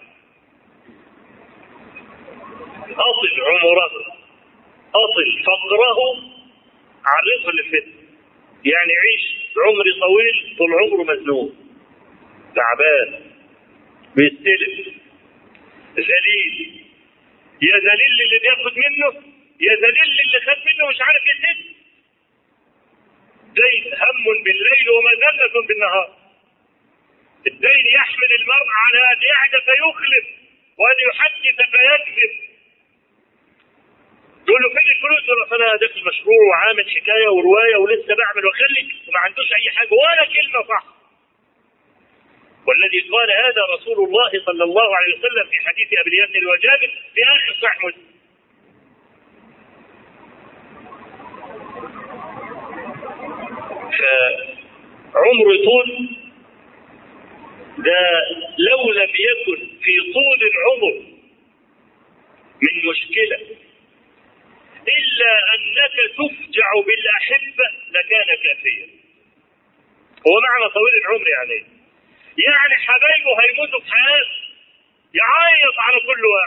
أطل عمره أطل فقره عرضه للفتن، يعني يعيش عمر طويل طول عمره مزنوق تعبان بيستلف ذليل. يا ذليل اللي بياخد منه، يا ذليل اللي خد منه مش عارف يسد. دين هم بالليل ومذلة بالنهار. الدين يحمل المرء على أن يعد فيخلف وأن يحدث فيكذب. تقول له فين الفلوس؟ يقول انا داخل مشروع وعامل حكايه وروايه ولسه بعمل واخلي وما عندوش اي حاجه ولا كلمه صح. والذي قال هذا رسول الله صلى الله عليه وسلم في حديث ابي اليمن وجابر في اخر صحيح مسلم. فعمر طول ده لو لم يكن في طول العمر من مشكله إلا أنك تفجع بالأحبة لكان كافيا. هو معنى طويل العمر يعني يعني حبايبه هيموتوا في حياته، يعيط على كل واحد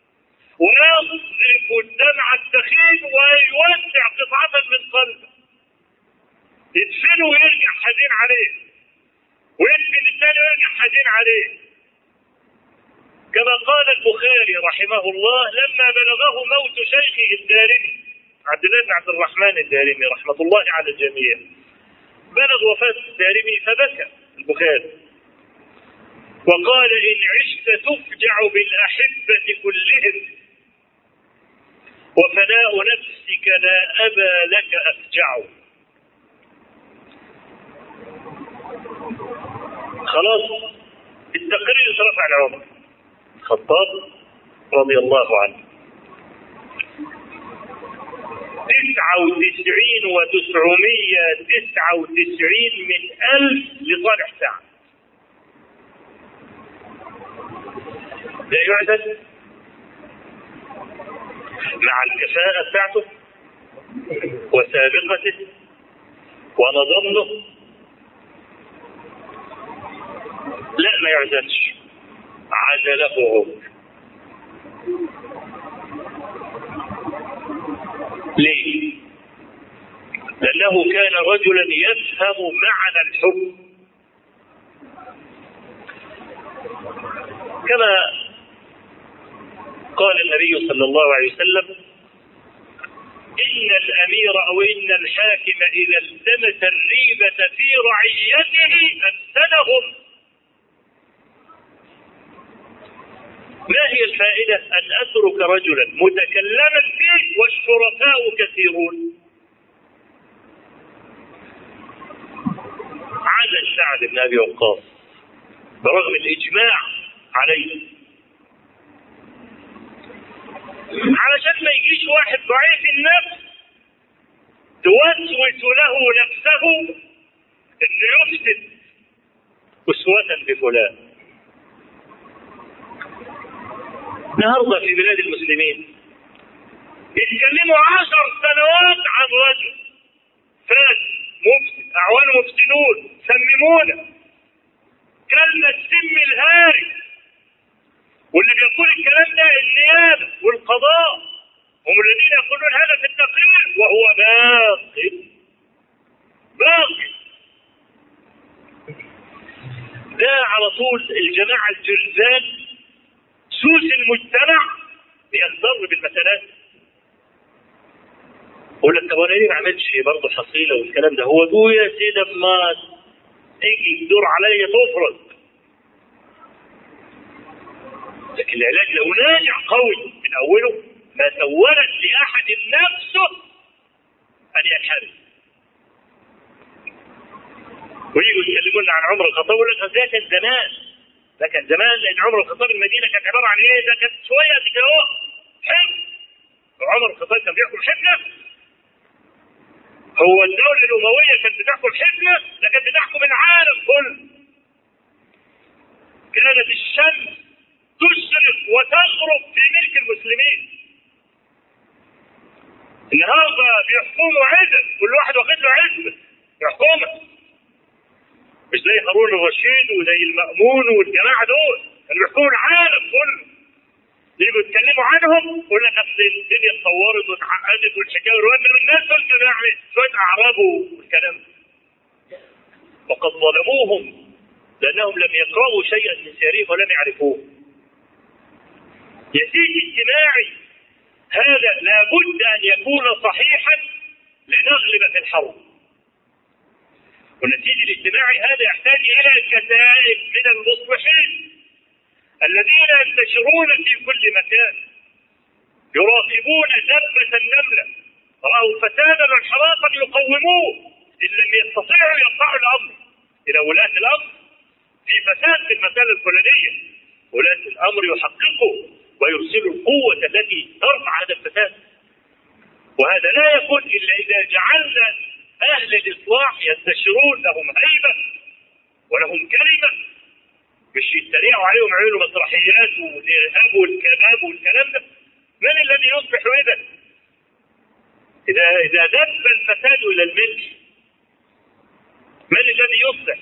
ويصرف الدمع الثخين ويوسع قطعة من قلبه، يدفنه ويرجع حزين عليه ويدفن الثاني ويرجع حزين عليه. كما قال البخاري رحمه الله لما بلغه موت شيخه الدارمي عبد الله بن عبد الرحمن الدارمي رحمة الله على الجميع، بلغ وفاة الدارمي فبكى البخاري وقال إن عشت تفجع بالأحبة كلهم وفناء نفسك لا أبا لك أفجع. خلاص التقرير اترفع لعمر الخطاب رضي الله عنه. تسعة وتسعين وتسعمية تسعة وتسعين من ألف لصالح سعد. لا يعدل مع الكفاءة بتاعته وسابقته ونظامه. لا ما يعزلش، عزله عمر. ليه؟ لأنه كان رجلا يفهم معنى الحب، كما قال النبي صلى الله عليه وسلم: إن الأمير أو إن الحاكم إذا التمس الريبة في رعيته أفسدهم. ما هي الفائدة أن أترك رجلا متكلما فيه والشركاء كثيرون؟ عزل سعد بن أبي وقاص برغم الإجماع عليه، علشان ما يجيش واحد ضعيف النفس توسوس له نفسه انه يفسد أسوة بفلان. النهارده في بلاد المسلمين يتكلموا عشر سنوات عن رجل فاسد مفسد، أعوانه مفسدون، سممونا كلمة السم الهاري، واللي بيقول الكلام ده النيابة والقضاء هم الذين يقولون هذا في التقرير، وهو باطل باطل. ده على طول الجماعة الجرذان سوس المجتمع بينضر بالمسألات. يقول لك طب انا ليه ما عملتش برضه حصيله والكلام ده؟ هو ابوه يا سيدي اما تيجي تدور عليا تفرض. لكن العلاج لو ناجع قوي من اوله ما سولت لاحد نفسه ان ينحرف. ويجوا يتكلمون عن عمر الخطاب يقول لك ده كان زمان، ده كان زمان لان عمر الخطاب المدينه كانت عباره عن ايه؟ ده كانت شويه كده اهو حفظ. عمر الخطاب كان بيحكم حكمه. هو الدولة الأموية كانت بتحكم حكمة، لكن بتحكم العالم كله. كانت الشمس تشرق وتغرب في ملك المسلمين. النهارده بيحكموا عزل، كل واحد واخد له عزبة يحكمها. مش زي هارون الرشيد وزي المأمون والجماعة دول، كانوا بيحكموا العالم كله. يجوا يتكلموا عنهم يقول لك اصل الدنيا اتطورت واتعقدت والحكايه والروايه، الناس دول كانوا يعني شويه اعراب والكلام ده. وقد ظلموهم لانهم لم يقرأوا شيئا من سيرهم ولم يعرفوه. يسير اجتماعي هذا لابد ان يكون صحيحا لنغلب في الحرب. والنتيجه الاجتماعي هذا يحتاج الى كتائب من المصلحين الذين ينتشرون في كل مكان يراقبون دبة النملة، رأوا فسادا وانحرافا يقوموه، إن لم يستطيعوا يرفعوا الأمر إلى ولاة الأمر في فساد في المسألة الفلانية. ولاة الأمر يحققوا ويرسلوا القوة التي ترفع هذا الفساد. وهذا لا يكون إلا إذا جعلنا أهل الإصلاح ينتشرون، لهم هيبة ولهم كلمة، مش يتريقوا عليهم يعملوا مسرحيات والارهاب والكباب والكلام ده. من الذي يصبح اذا اذا اذا دب الفساد الى الملك؟ من الذي يصبح؟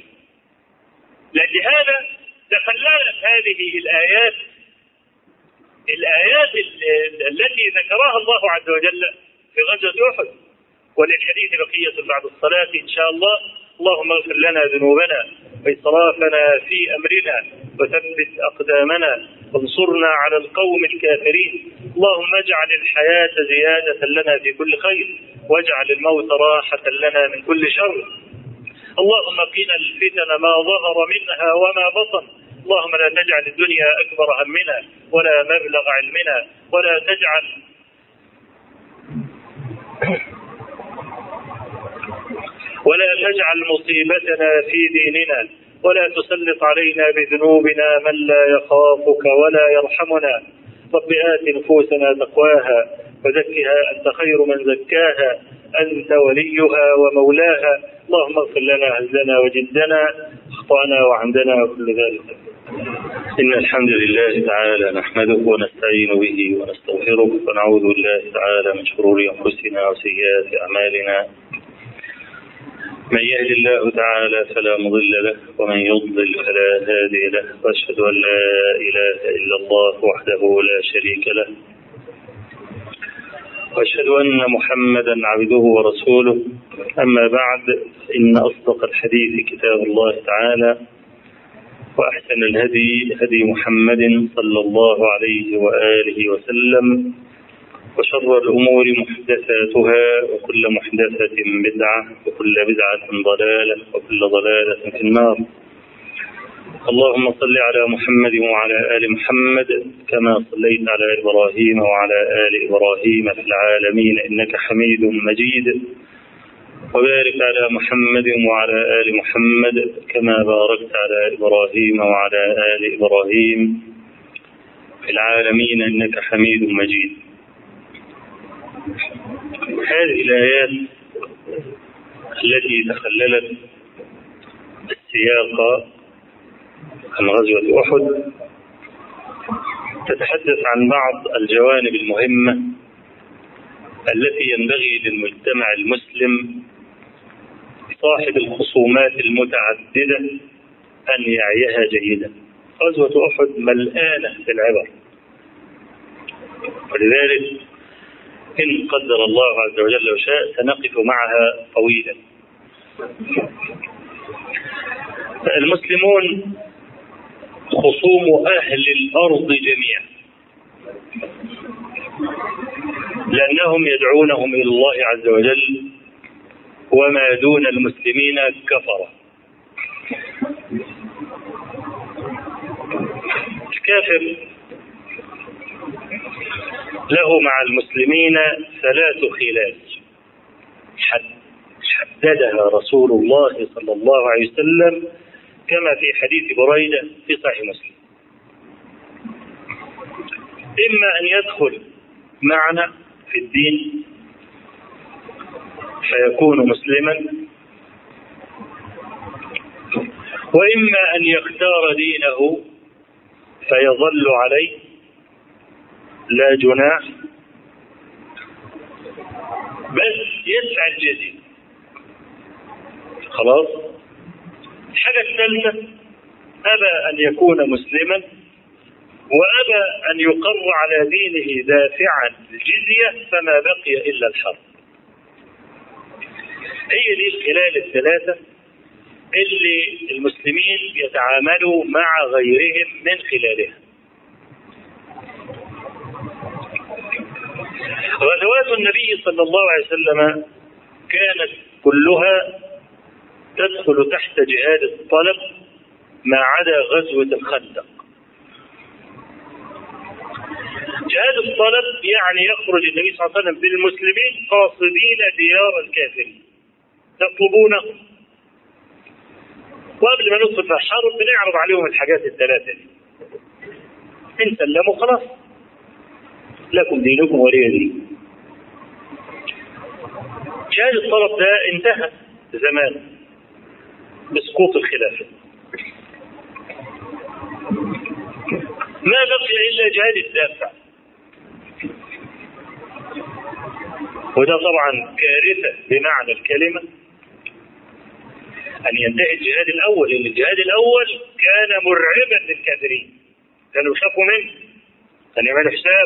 لهذا تخللت هذه الايات الايات التي ذكرها الله عز وجل في غزوه احد. وللحديث بقيه بعد الصلاه ان شاء الله. اللهم اغفر لنا ذنوبنا وإسرافنا في أمرنا وثبت أقدامنا وانصرنا على القوم الكافرين. اللهم اجعل الحياة زيادة لنا في كل خير واجعل الموت راحة لنا من كل شر. اللهم قنا الفتن ما ظهر منها وما بطن. اللهم لا تجعل الدنيا أكبر همنا ولا مبلغ علمنا ولا تجعل ولا تجعل مصيبتنا في ديننا ولا تسلط علينا بذنوبنا من لا يخافك ولا يرحمنا. رب آت نفوسنا تقواها وزكها أنت خير من زكاها أنت وليها ومولاها. اللهم اغفر لنا هزلنا وجدنا أخطأنا وعمدنا وكل ذلك. إن الحمد لله تعالى نحمده ونستعين به ونستغفره ونعوذ بالله تعالى من شرور أنفسنا وسيئات أعمالنا. من يهد الله تعالى فلا مضل له ومن يضلل فلا هادي له، وأشهد أن لا إله إلا الله وحده لا شريك له، وأشهد أن محمدا عبده ورسوله. أما بعد، إن أصدق الحديث كتاب الله تعالى، وأحسن الهدي هدي محمد صلى الله عليه وآله وسلم، وشر الأمور محدثاتها وكل محدثة بدعة وكل بدعة ضلالة وكل ضلالة في النار. اللهم صل على محمد وعلى آل محمد كما صليت على إبراهيم وعلى آل إبراهيم في العالمين إنك حميد مجيد، وبارك على محمد وعلى آل محمد كما باركت على إبراهيم وعلى آل إبراهيم في العالمين إنك حميد مجيد. هذه الآيات التي تخللت السياق عن غزوة أحد تتحدث عن بعض الجوانب المهمة التي ينبغي للمجتمع المسلم صاحب الخصومات المتعددة أن يعيها جيدا. غزوة أحد ملآنة في العبر، ولذلك إن قدر الله عز وجل وشاء سنقف معها طويلا. المسلمون خصوم أهل الأرض جميعا، لأنهم يدعونهم إلى الله عز وجل، وما دون المسلمين كفرة. الكافر له مع المسلمين ثلاث خلال حددها رسول الله صلى الله عليه وسلم كما في حديث بريدة في صحيح مسلم. إما أن يدخل معنا في الدين فيكون مسلما، وإما أن يختار دينه فيظل عليه لا جناح، بس يدفع الجزية. خلاص. الحاجة الثالثة، أبى أن يكون مسلما وأبى أن يقر على دينه دافعا الجزية فما بقي إلا الحرب. هي دي الخلال الثلاثة اللي المسلمين يتعاملوا مع غيرهم من خلالها. غزوات النبي صلى الله عليه وسلم كانت كلها تدخل تحت جهاد الطلب ما عدا غزوة الخندق. جهاد الطلب يعني يخرج النبي صلى الله عليه وسلم بالمسلمين قاصدين ديار الكافرين يطلبونه، وقبل ما ندخل في الحرب بنعرض عليهم الحاجات الثلاثة دي. إن سلموا خلاص لكم دينكم ولي دين. جهاد الطلب ده انتهى زمان بسقوط الخلافة، ما بقي إلا جهاد الدافع، وده طبعا كارثة بمعنى الكلمة أن ينتهي الجهاد الأول، لأن الجهاد الأول كان مرعبا للكافرين، كانوا يخافوا منه، كانوا يعملوا حساب.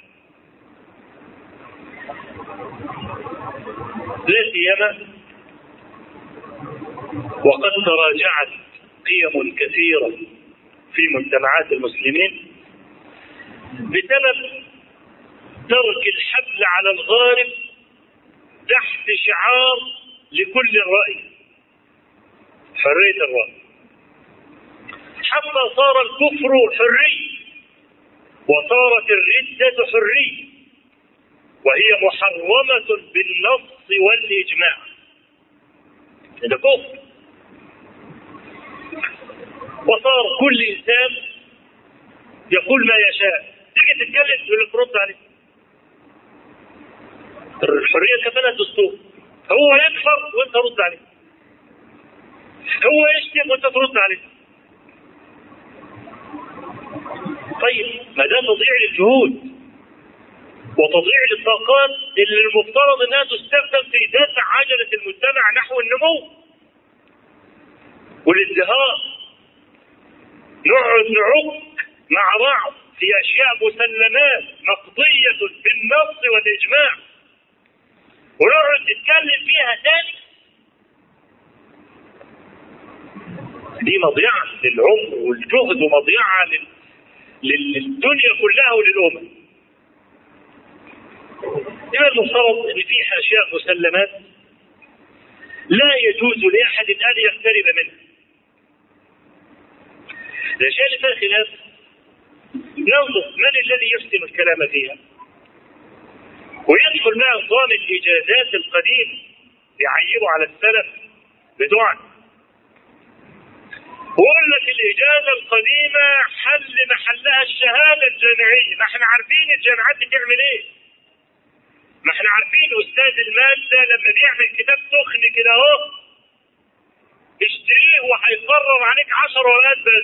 لا سيما وقد تراجعت قيم كثيرة في مجتمعات المسلمين بسبب ترك الحبل على الغارب تحت شعار لكل الرأي، حرية الرأي، حتى صار الكفر حري وصارت الردة حرية، وهي وهي محرمة بالنص والإجماع. ده كفر. وصار كل إنسان يقول ما يشاء، تيجي تتكلم تقول لك رد عليه. الحرية كفلها الدستور، هو يكفر وانت رد عليه، هو يشتم وانت ترد عليه. طيب ما ده تضييع للجهود وتضييع للطاقات اللي المفترض انها تستخدم في دفع عجلة المجتمع نحو النمو والازدهار. نقعد نعق مع بعض في اشياء مسلمات مقضية بالنص والاجماع ونقعد نتكلم فيها تاني. دي مضيعة للعمر والجهد ومضيعة لل... للدنيا كلها وللأمم. إذا المفترض أن في أشياء مسلمات لا يجوز لأحد أن يقترب منها. الأشياء اللي فيها خلاف ننظر من الذي يحسن الكلام فيها ويدخل مع نظام الإجازات القديم يعيبوا على السلف بدعاء ويقول لك الإجازة القديمة حل محلها الشهادة الجامعية. ما احنا عارفين الجامعات بتعمل ايه، ما احنا عارفين أستاذ المادة لما بيعمل كتاب سخن كده اهو اشتريه وهيقرر عليك عشر ورقات بس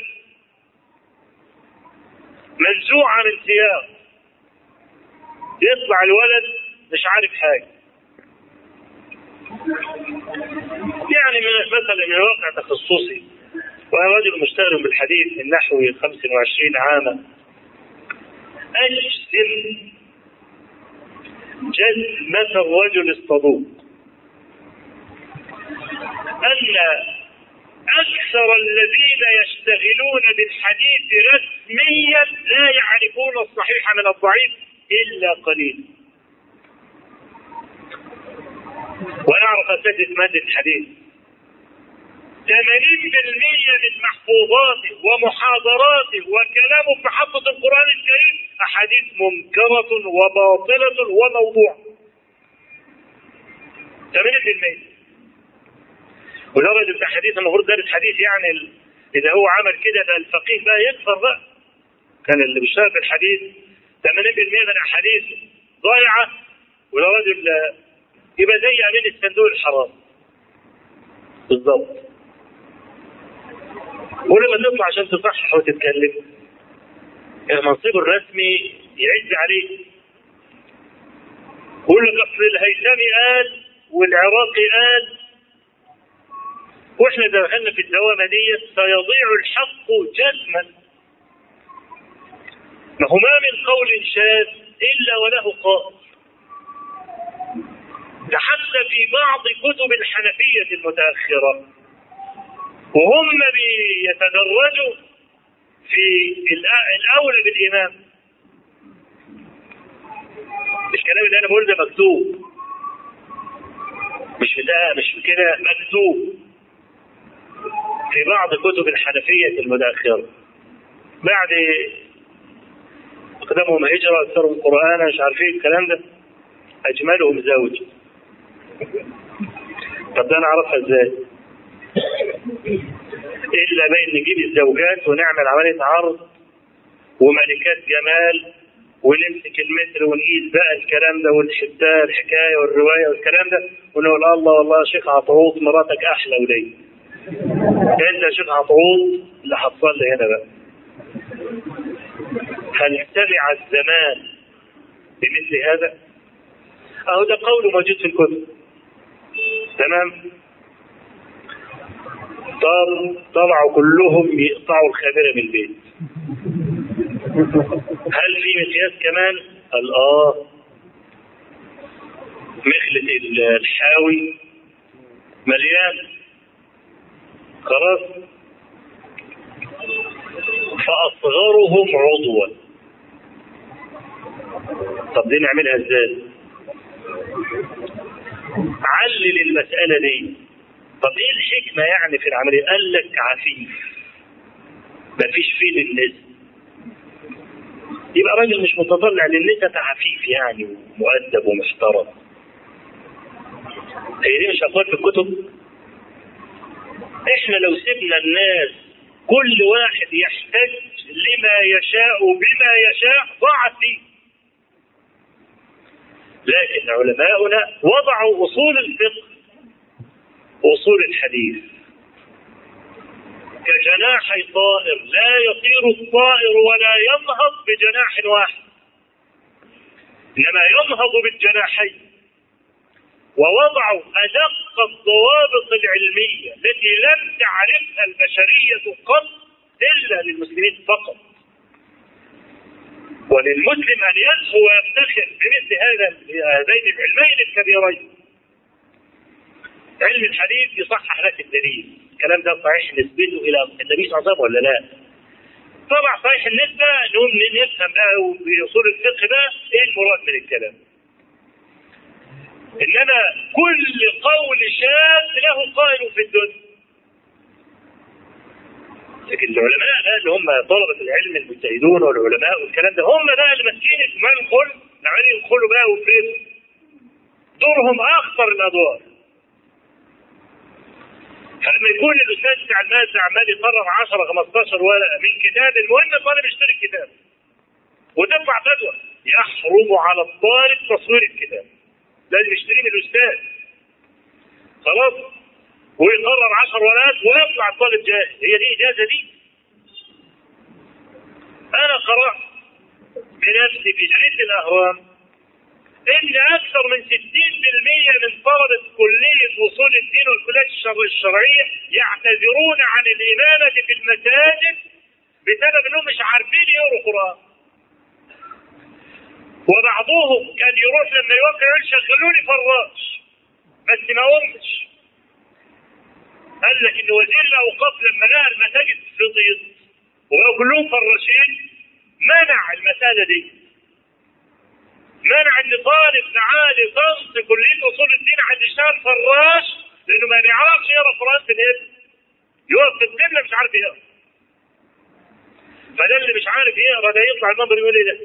منزوعة من سياق، يطلع الولد مش عارف حاجة. يعني مثلا من واقع تخصصي وأنا رجل مشتغل بالحديث من نحو خمسة وعشرين عاما، أجزم جزمة الرجل الصدوق أن أكثر الذين يشتغلون بالحديث رسميا لا يعرفون الصحيح من الضعيف إلا قليل. ونعرف أساتذة مادة الحديث ثمانين بالمئة من محفوظاته ومحاضراته وكلامه في حفظ القرآن الكريم أحاديث منكرة وباطلة وموضوع. ثمانين بالمئة. ولو بتاع حديث المفروض دارس حديث يعني إذا هو عمل كده ده الفقيه بقى يكفر بقى. كان اللي بيشتغل في الحديث ثمانين بالمئة من الأحاديث ضايعة ولو رجل يبقى زي أمين الصندوق الحرام بالضبط. ولما تطلع عشان تصحح وتتكلم المنصب الرسمي يعز عليه يقول لك اصل الهيثمي قال والعراقي قال واحنا دخلنا في الدوامه دي سيضيع الحق جزما. ما هو ما من قول شاذ الا وله قائل. ده حتى في بعض كتب الحنفيه المتاخره وهم بيتدرجوا في الأولى بالإمام. الكلام اللي أنا بقول ده مكتوب مش ده مش كده مكتوب في بعض كتب الحنفية المتأخرة بعد قدامهم هجرة أكثرهم قرآن مش عارفين الكلام ده أجملهم زوج. طب ده أنا أعرفها إزاي؟ إلا بين نجيب الزوجات ونعمل عملية عرض وملكات جمال ونمسك المتر ونقيس بقى الكلام ده والحتة الحكاية والرواية والكلام ده ونقول الله والله شيخ عطعوط مراتك أحلى ولي. أنت يا شيخ عطعوط اللي هتصلي هنا بقى. هل سمع الزمان بمثل هذا؟ أهو ده قول موجود في الكتب. تمام؟ طلعوا كلهم يقطعوا الخامرة من البيت. هل في مقياس كمان؟ قال آه مخلة الحاوي مليان خلاص فأصغرهم عضوا. طب دي نعملها ازاي؟ علل المسألة دي. طب ايه الحكمة يعني في العملية؟ قال لك عفيف مفيش فيه للناس. يبقى راجل مش متطلع للنسب، عفيف يعني ومؤدب ومحترم. هي دي مش أقوال في الكتب؟ احنا لو سيبنا الناس كل واحد يحتاج لما يشاء بما يشاء ضاعت فيه. لكن علماؤنا وضعوا أصول الفقه أصول الحديث كجناحي طائر، لا يطير الطائر ولا ينهض بجناح واحد، إنما ينهض بالجناحين. ووضعوا أدق الضوابط العلمية التي لم تعرفها البشرية قط إلا للمسلمين فقط. وللمسلم أن يدعو ويفتخر بمثل هذا هذين العلمين الكبيرين. علم الحديث يصحح لك الدليل، الكلام ده صحيح نسبته إلى النبي صلى الله عليه وسلم ولا لا؟ طبعا صحيح النسبة، نقوم نفهم بقى بأصول الفقه بقى إيه المراد من الكلام. إنما كل قول شاذ له قائل في الدنيا. لكن العلماء بقى اللي هم طلبة العلم المجتهدون والعلماء والكلام ده هم بقى اللي ماسكين المنخل، عمالين يدخلوا بقى ويفرضوا. دورهم أخطر الأدوار. فلما يكون الأستاذ بتاع المادة عمال يقرر عشرة خمستاشر ورقة من كتاب، المهم الطالب يشتري الكتاب وتدفع فدوى، يحرم على الطالب تصوير الكتاب، لازم يشتريه من الأستاذ. خلاص؟ ويقرر عشر ورقات ويطلع الطالب جاهز. هي دي إجازة دي؟ أنا قرأت بنفسي في جريدة الأهرام إن أكثر من ستين بالمئة من طلبة كلية أصول الدين والكليات الشرعية يعتذرون عن الإمامة في المساجد بسبب أنهم مش عارفين يقروا قرآن. وبعضهم كان يروح لما يوقع يقول شغلوني فراش بس ما قمتش. قال لك إن وزير الأوقاف لما لقى المساجد فضيت وبقوا كلهم فراشين منع المسألة دي، منع ان طالب تعالي صمت كلية اصول الدين عند يشتغل فراش لانه ما يعرفش يقرا قرآن في الهند، يقف في القبلة مش عارف يقرا. فده اللي مش عارف يقرا ده يطلع المنبر يقول ايه ده؟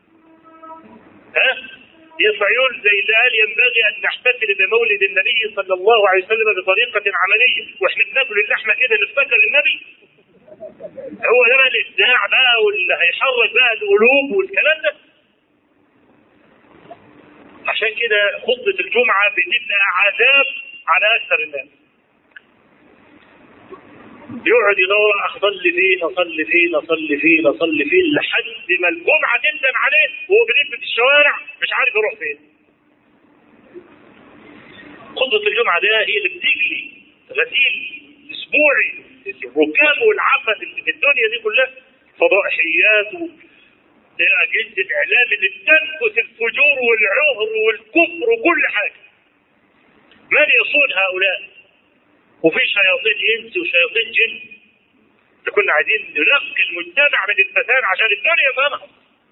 ها؟ يطلع يقول زي اللي قال ينبغي ان نحتفل بمولد النبي صلى الله عليه وسلم بطريقة عملية، واحنا بناكل اللحمة كده نفتكر النبي؟ هو ده بقى الابداع بقى واللي هيحرك بقى القلوب والكلام ده. عشان كده خطبة الجمعة بتبقى عذاب على أكثر الناس. يقعد يدور أصلي فين أصلي فين أصلي فين أصلي فين لحد ما الجمعة تندم عليه وهو بيلف في الشوارع مش عارف يروح فين. خطبة الجمعة ده هي اللي بتجلي غسيل أسبوعي الركاب والعفن اللي في الدنيا دي كلها، فضائحيات أجهزة الإعلام اللي بتنفس الفجور والعهر والكفر وكل حاجة. من يصون هؤلاء؟ وفي شياطين إنس وشياطين جن. كنا عايزين ننقي المجتمع من الفساد عشان الدنيا تنهض.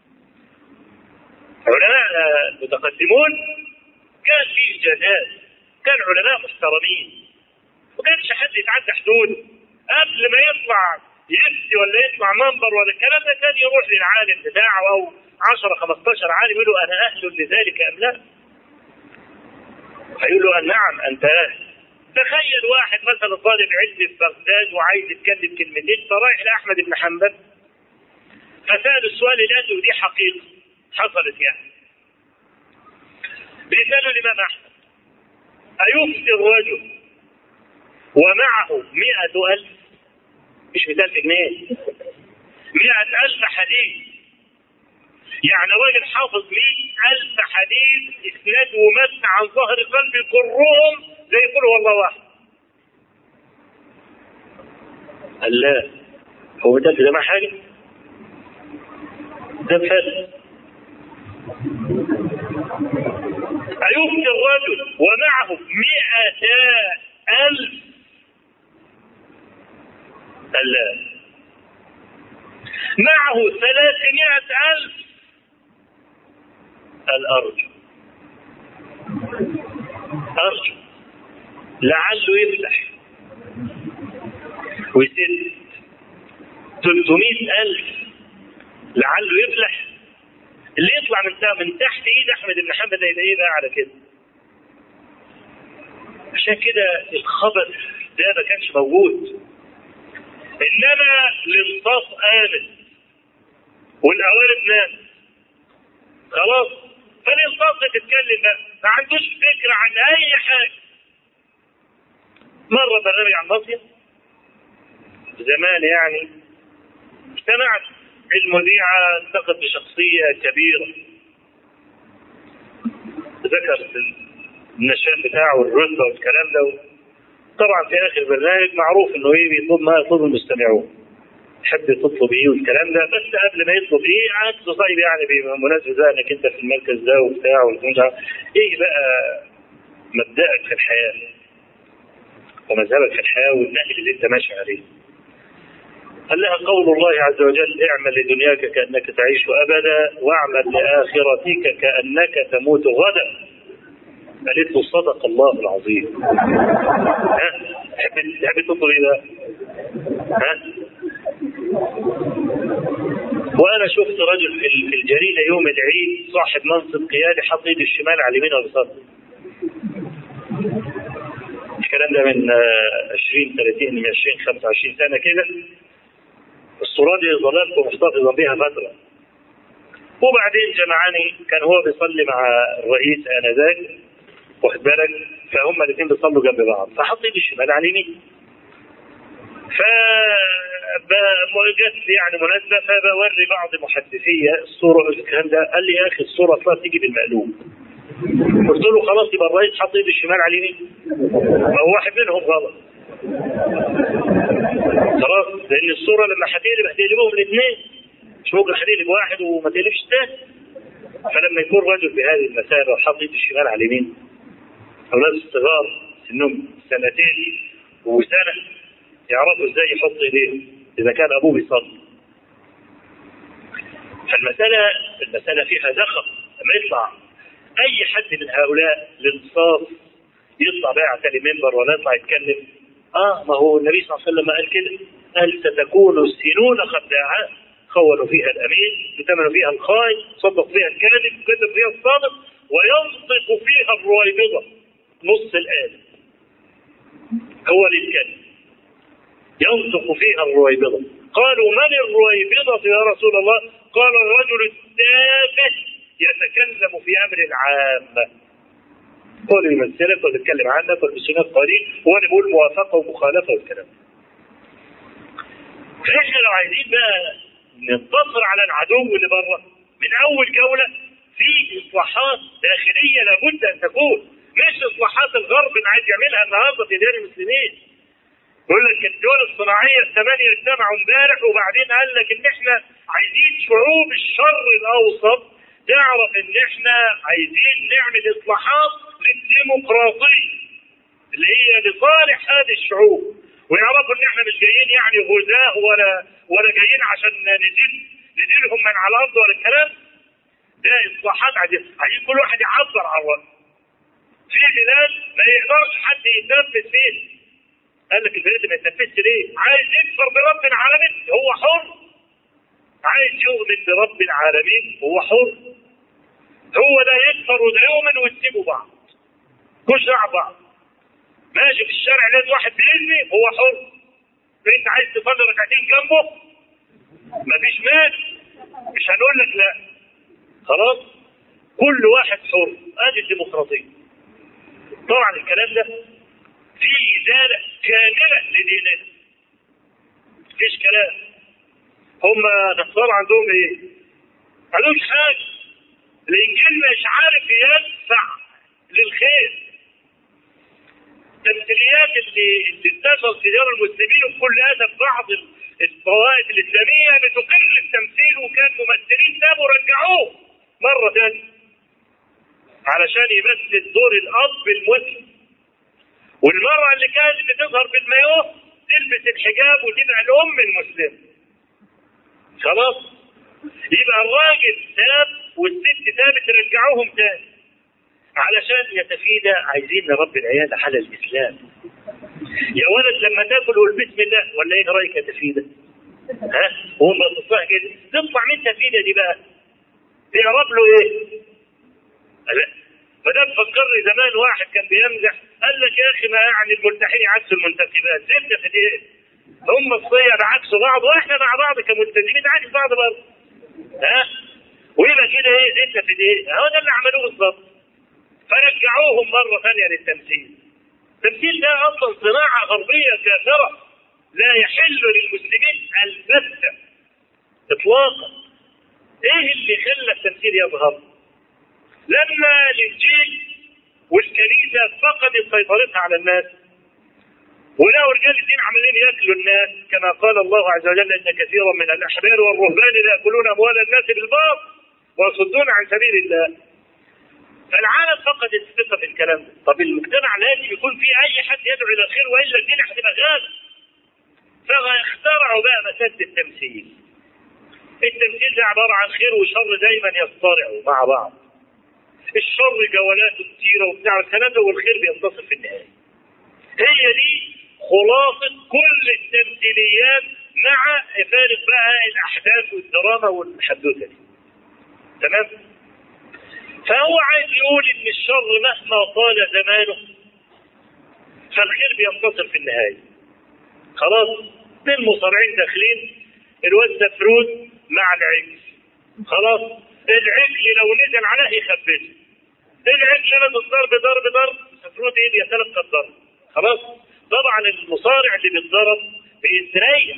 علماء المتقدمون كان في إجازات، كان علماء محترمين، وكانش حد يتعدى حدوده. قبل ما يطلع يفتي ولا يطلع منبر ولا الكلام ده كان يروح للعالم بتاعه او عشرة خمستاشر عالم يقول له انا اهل لذلك ام لا؟ هيقول له نعم انت اهل. تخيل واحد مثلا طالب علم في بغداد وعايز يتكلم كلمتين فرايح لاحمد بن حنبل فسال السؤال اللي قال له دي حقيقه حصلت يعني. بيسالوا الامام احمد ايفتي الرجل ومعه مئة ألف، مش مئة ألف جنيه، مئة ألف حديث، يعني راجل حافظ مئة ألف حديث إسناد ومتن عن ظهر قلب كلهم زي يقولوا والله واحد. قال لا، هو ده ده ما حاجة؟ ده فل. أيفتي الرجل ومعه مئة ألف؟ قال لا. معه ثلاثمائة ألف؟ قال أرجو أرجو لعله يفتح ويسد. ثلاثمائة ألف لعله يفلح. اللي يطلع من من تحت ايد احمد بن حنبل ده يبقى ايه بقى على كده؟ عشان كده الخبث ده ما كانش موجود. انما الانصاف امن والاوارد ناس خلاص، فالانصاف تتكلم بقى ما عندوش فكره عن اي حاجه. مره برنامج عن مصيف زمان يعني، سمعت المذيعه التقت بشخصيه كبيره، ذكر النشاط بتاعه والرتبه والكلام ده. طبعا في اخر البرنامج معروف انه ايه بيطلب ما يطلب المستمعون، يحب تطلب ايه والكلام ده، بس قبل ما يطلب ايه عكس طيب يعني بمناسبه ده انك انت في المركز ده وبتاع والكلام ايه بقى مبدأك في الحياه ومذهبك في الحياه والنهج اللي انت ماشي عليه. قال لها قول الله عز وجل اعمل لدنياك كأنك تعيش أبدا واعمل لآخرتك كأنك تموت غدا. قالت له صدق الله العظيم. ها تحب تطلب ايه ده؟ ها وانا شفت رجل في الجريدة يوم العيد صاحب منصب قيادي حط ايده الشمال على اليمين واليسار. الكلام ده من عشرين ثلاثين من عشرين خمسة وعشرين سنة كده. الصورة دي ظللت محتفظا بها فترة. وبعدين جمعاني، كان هو بيصلي مع الرئيس آنذاك واخد بالك، فهم الاثنين بيصلوا جنب بعض، فحط ايدي الشمال على اليمين. ف جت يعني مناسبة فبوري بعض محدثية الصورة الكلام ده. قال لي يا اخي الصورة اصلا تيجي بالمقلوب. قلت له خلاص يبقى الرئيس حط ايده الشمال على اليمين، ما هو واحد منهم غلط خلاص، لان الصورة لما هتقلب هتقلبهم الاثنين، مش ممكن هتقلب واحد وما تقلبش الثاني. فلما يكون رجل بهذه المثابة وحط ايده الشمال على اليمين، اولاد الصغار سنهم سنتين وسنة يعرفوا ازاي يحط ايديه اذا كان ابوه بيصلي. فالمسألة المسألة فيها دخل. لما يطلع اي حد من هؤلاء الانصاف يطلع بقى على المنبر ولا يطلع يتكلم، اه ما هو النبي صلى الله عليه وسلم قال كده، قال ستكون السنون خداعات خونوا فيها الامين، اتمنوا فيها الخائن، صدق فيها الكاذب، كذب فيها الصادق، وينطق فيها الرويبضة. نص الآية هو اللي يتكلم، ينطق فيها الرويبضة. قالوا من الرويبضة يا رسول الله؟ قال الرجل التافه يتكلم في امر العامة. هو اللي بيمثلك ولا بيتكلم عنك ولا بيسنك قليل، هو اللي بيقول موافقة ومخالفة والكلام. فاحنا لو عايزين بقى ننتصر على العدو اللي بره من اول جولة، في اصلاحات داخلية لابد ان تكون، مش اصلاحات الغرب اللي عايز يعملها النهارده في ديار المسلمين. يقول لك الدول الصناعية الثمانية اجتمعوا امبارح وبعدين قال لك ان احنا عايزين شعوب الشرق الاوسط تعرف ان احنا عايزين نعمل اصلاحات للديمقراطية اللي هي لصالح هذه الشعوب، ويعرفوا ان احنا مش جايين يعني غزاة ولا ولا جايين عشان نزيد نديرهم من على الارض ولا الكلام ده. اصلاحات عايزين عايزين كل واحد يعبر عن رأيه. في بلاد ما يقدرش حد يتنفس فيه، قال لك البلاد ما يتنفسش ليه؟ عايز يكفر برب العالمين هو حر، عايز يؤمن برب العالمين هو حر. هو ده يكفر وده يؤمن ويسيبوا بعض، مش مع بعض. ماشي في الشارع لقيت واحد بيزني هو حر، فانت عايز تصلي ركعتين جنبه مفيش مانع، مش هنقول لك لا، خلاص كل واحد حر. ادي الديمقراطيه. طبعا الكلام ده فيه ازاله كامله لديننا، مفيش كلام. هم نصارى عندهم ايه؟ ما عندهمش حاجه. الانجيل مش عارف يدفع للخير. التمثيليات اللي اللي انتشرت في ديار المسلمين وبكل اسف بعض الطوائف الاسلاميه بتقر التمثيل، وكان ممثلين تابوا رجعوه مره ثانيه علشان يمثل دور الاب المسلم. والمرأة اللي كانت بتظهر بالمايوه تلبس الحجاب وتبقى الام المسلمه. خلاص يبقى الراجل تاب والست تابت رجعوهم تاني علشان يتفيدى. عايزين نربي العيال على الاسلام. يا ولد لما تاكل قول بسم الله، ولا ايه رايك يا تفيدة؟ ها وهم تصلح كده تطلع من تفيدة دي بقى يقرب له ايه؟ لا ما دام فكرني زمان واحد كان بيمزح قال لك يا اخي ما يعني الملتحين يعكسوا المنتخبات، زبده في ايه؟ هم الصيع بعكسوا بعض واحنا مع بعض كملتزمين نعكس بعض برضه. ها؟ ويبقى كده ايه؟ زبده في ايه؟ هو ده اللي عملوه بالظبط. فرجعوهم مره ثانيه للتمثيل. التمثيل ده اصلا صناعه غربيه كافره لا يحل للمسلمين البتة اطلاقا. ايه اللي خلى التمثيل يظهر؟ لما الانجيل والكنيسه فقدت سيطرتها على الناس ولقوا رجال الدين عمالين ياكلوا الناس، كما قال الله عز وجل ان كثيرا من الاحبار والرهبان لا ياكلون اموال الناس بالباطل ويصدون عن سبيل الله. فالعالم فقد الثقه في الكلام ده. طب المجتمع لازم يكون فيه اي حد يدعو الى الخير والا الدين هتبقى غالب. فاخترعوا بقى مساله التمثيل. التمثيل ده عباره عن خير وشر دايما يصطرعوا مع بعض. الشر جولاته كتيره وبتاع الكلام ده والخير بينتصر في النهايه. هي دي خلاصه كل التمثيليات مع فارق بقى الاحداث والدراما والحدوته دي. تمام؟ فهو عايز يقول ان الشر مهما طال زمانه فالخير بينتصر في النهايه. خلاص؟ اثنين مصارعين داخلين، الواد سفروت مع العجل. خلاص؟ العجل لو نزل عليه يخبزه. العجل لما الضرب ضرب ضرب سفروت ايه يتلقى الضرب. خلاص؟ طبعا المصارع اللي بيتضرب بيستريح.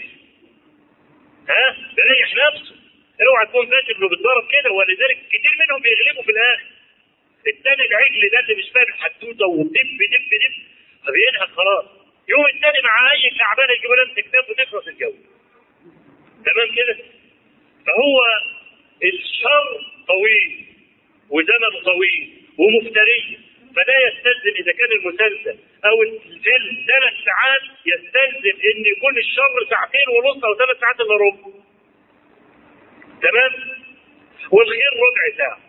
ها؟ بيريح نفسه. اوعى تكون فاكر انه بيتضرب كده، ولذلك كتير منهم بيغلبوا في الاخر. الثاني العجل ده اللي مش فاهم حدوته ودب دب دب فبينهك خلاص. يوم الثاني مع اي كعبانه يجيبوا لها تكتاف وتخلص الجو. تمام كده؟ فهو الشر طويل وزمن طويل ومفتري، فلا يستلزم اذا كان المسلسل او الفيلم ثلاث ساعات يستلزم ان يكون الشر ساعتين ونص او ثلاث ساعات الا ربع. تمام؟ والخير ربع ساعه.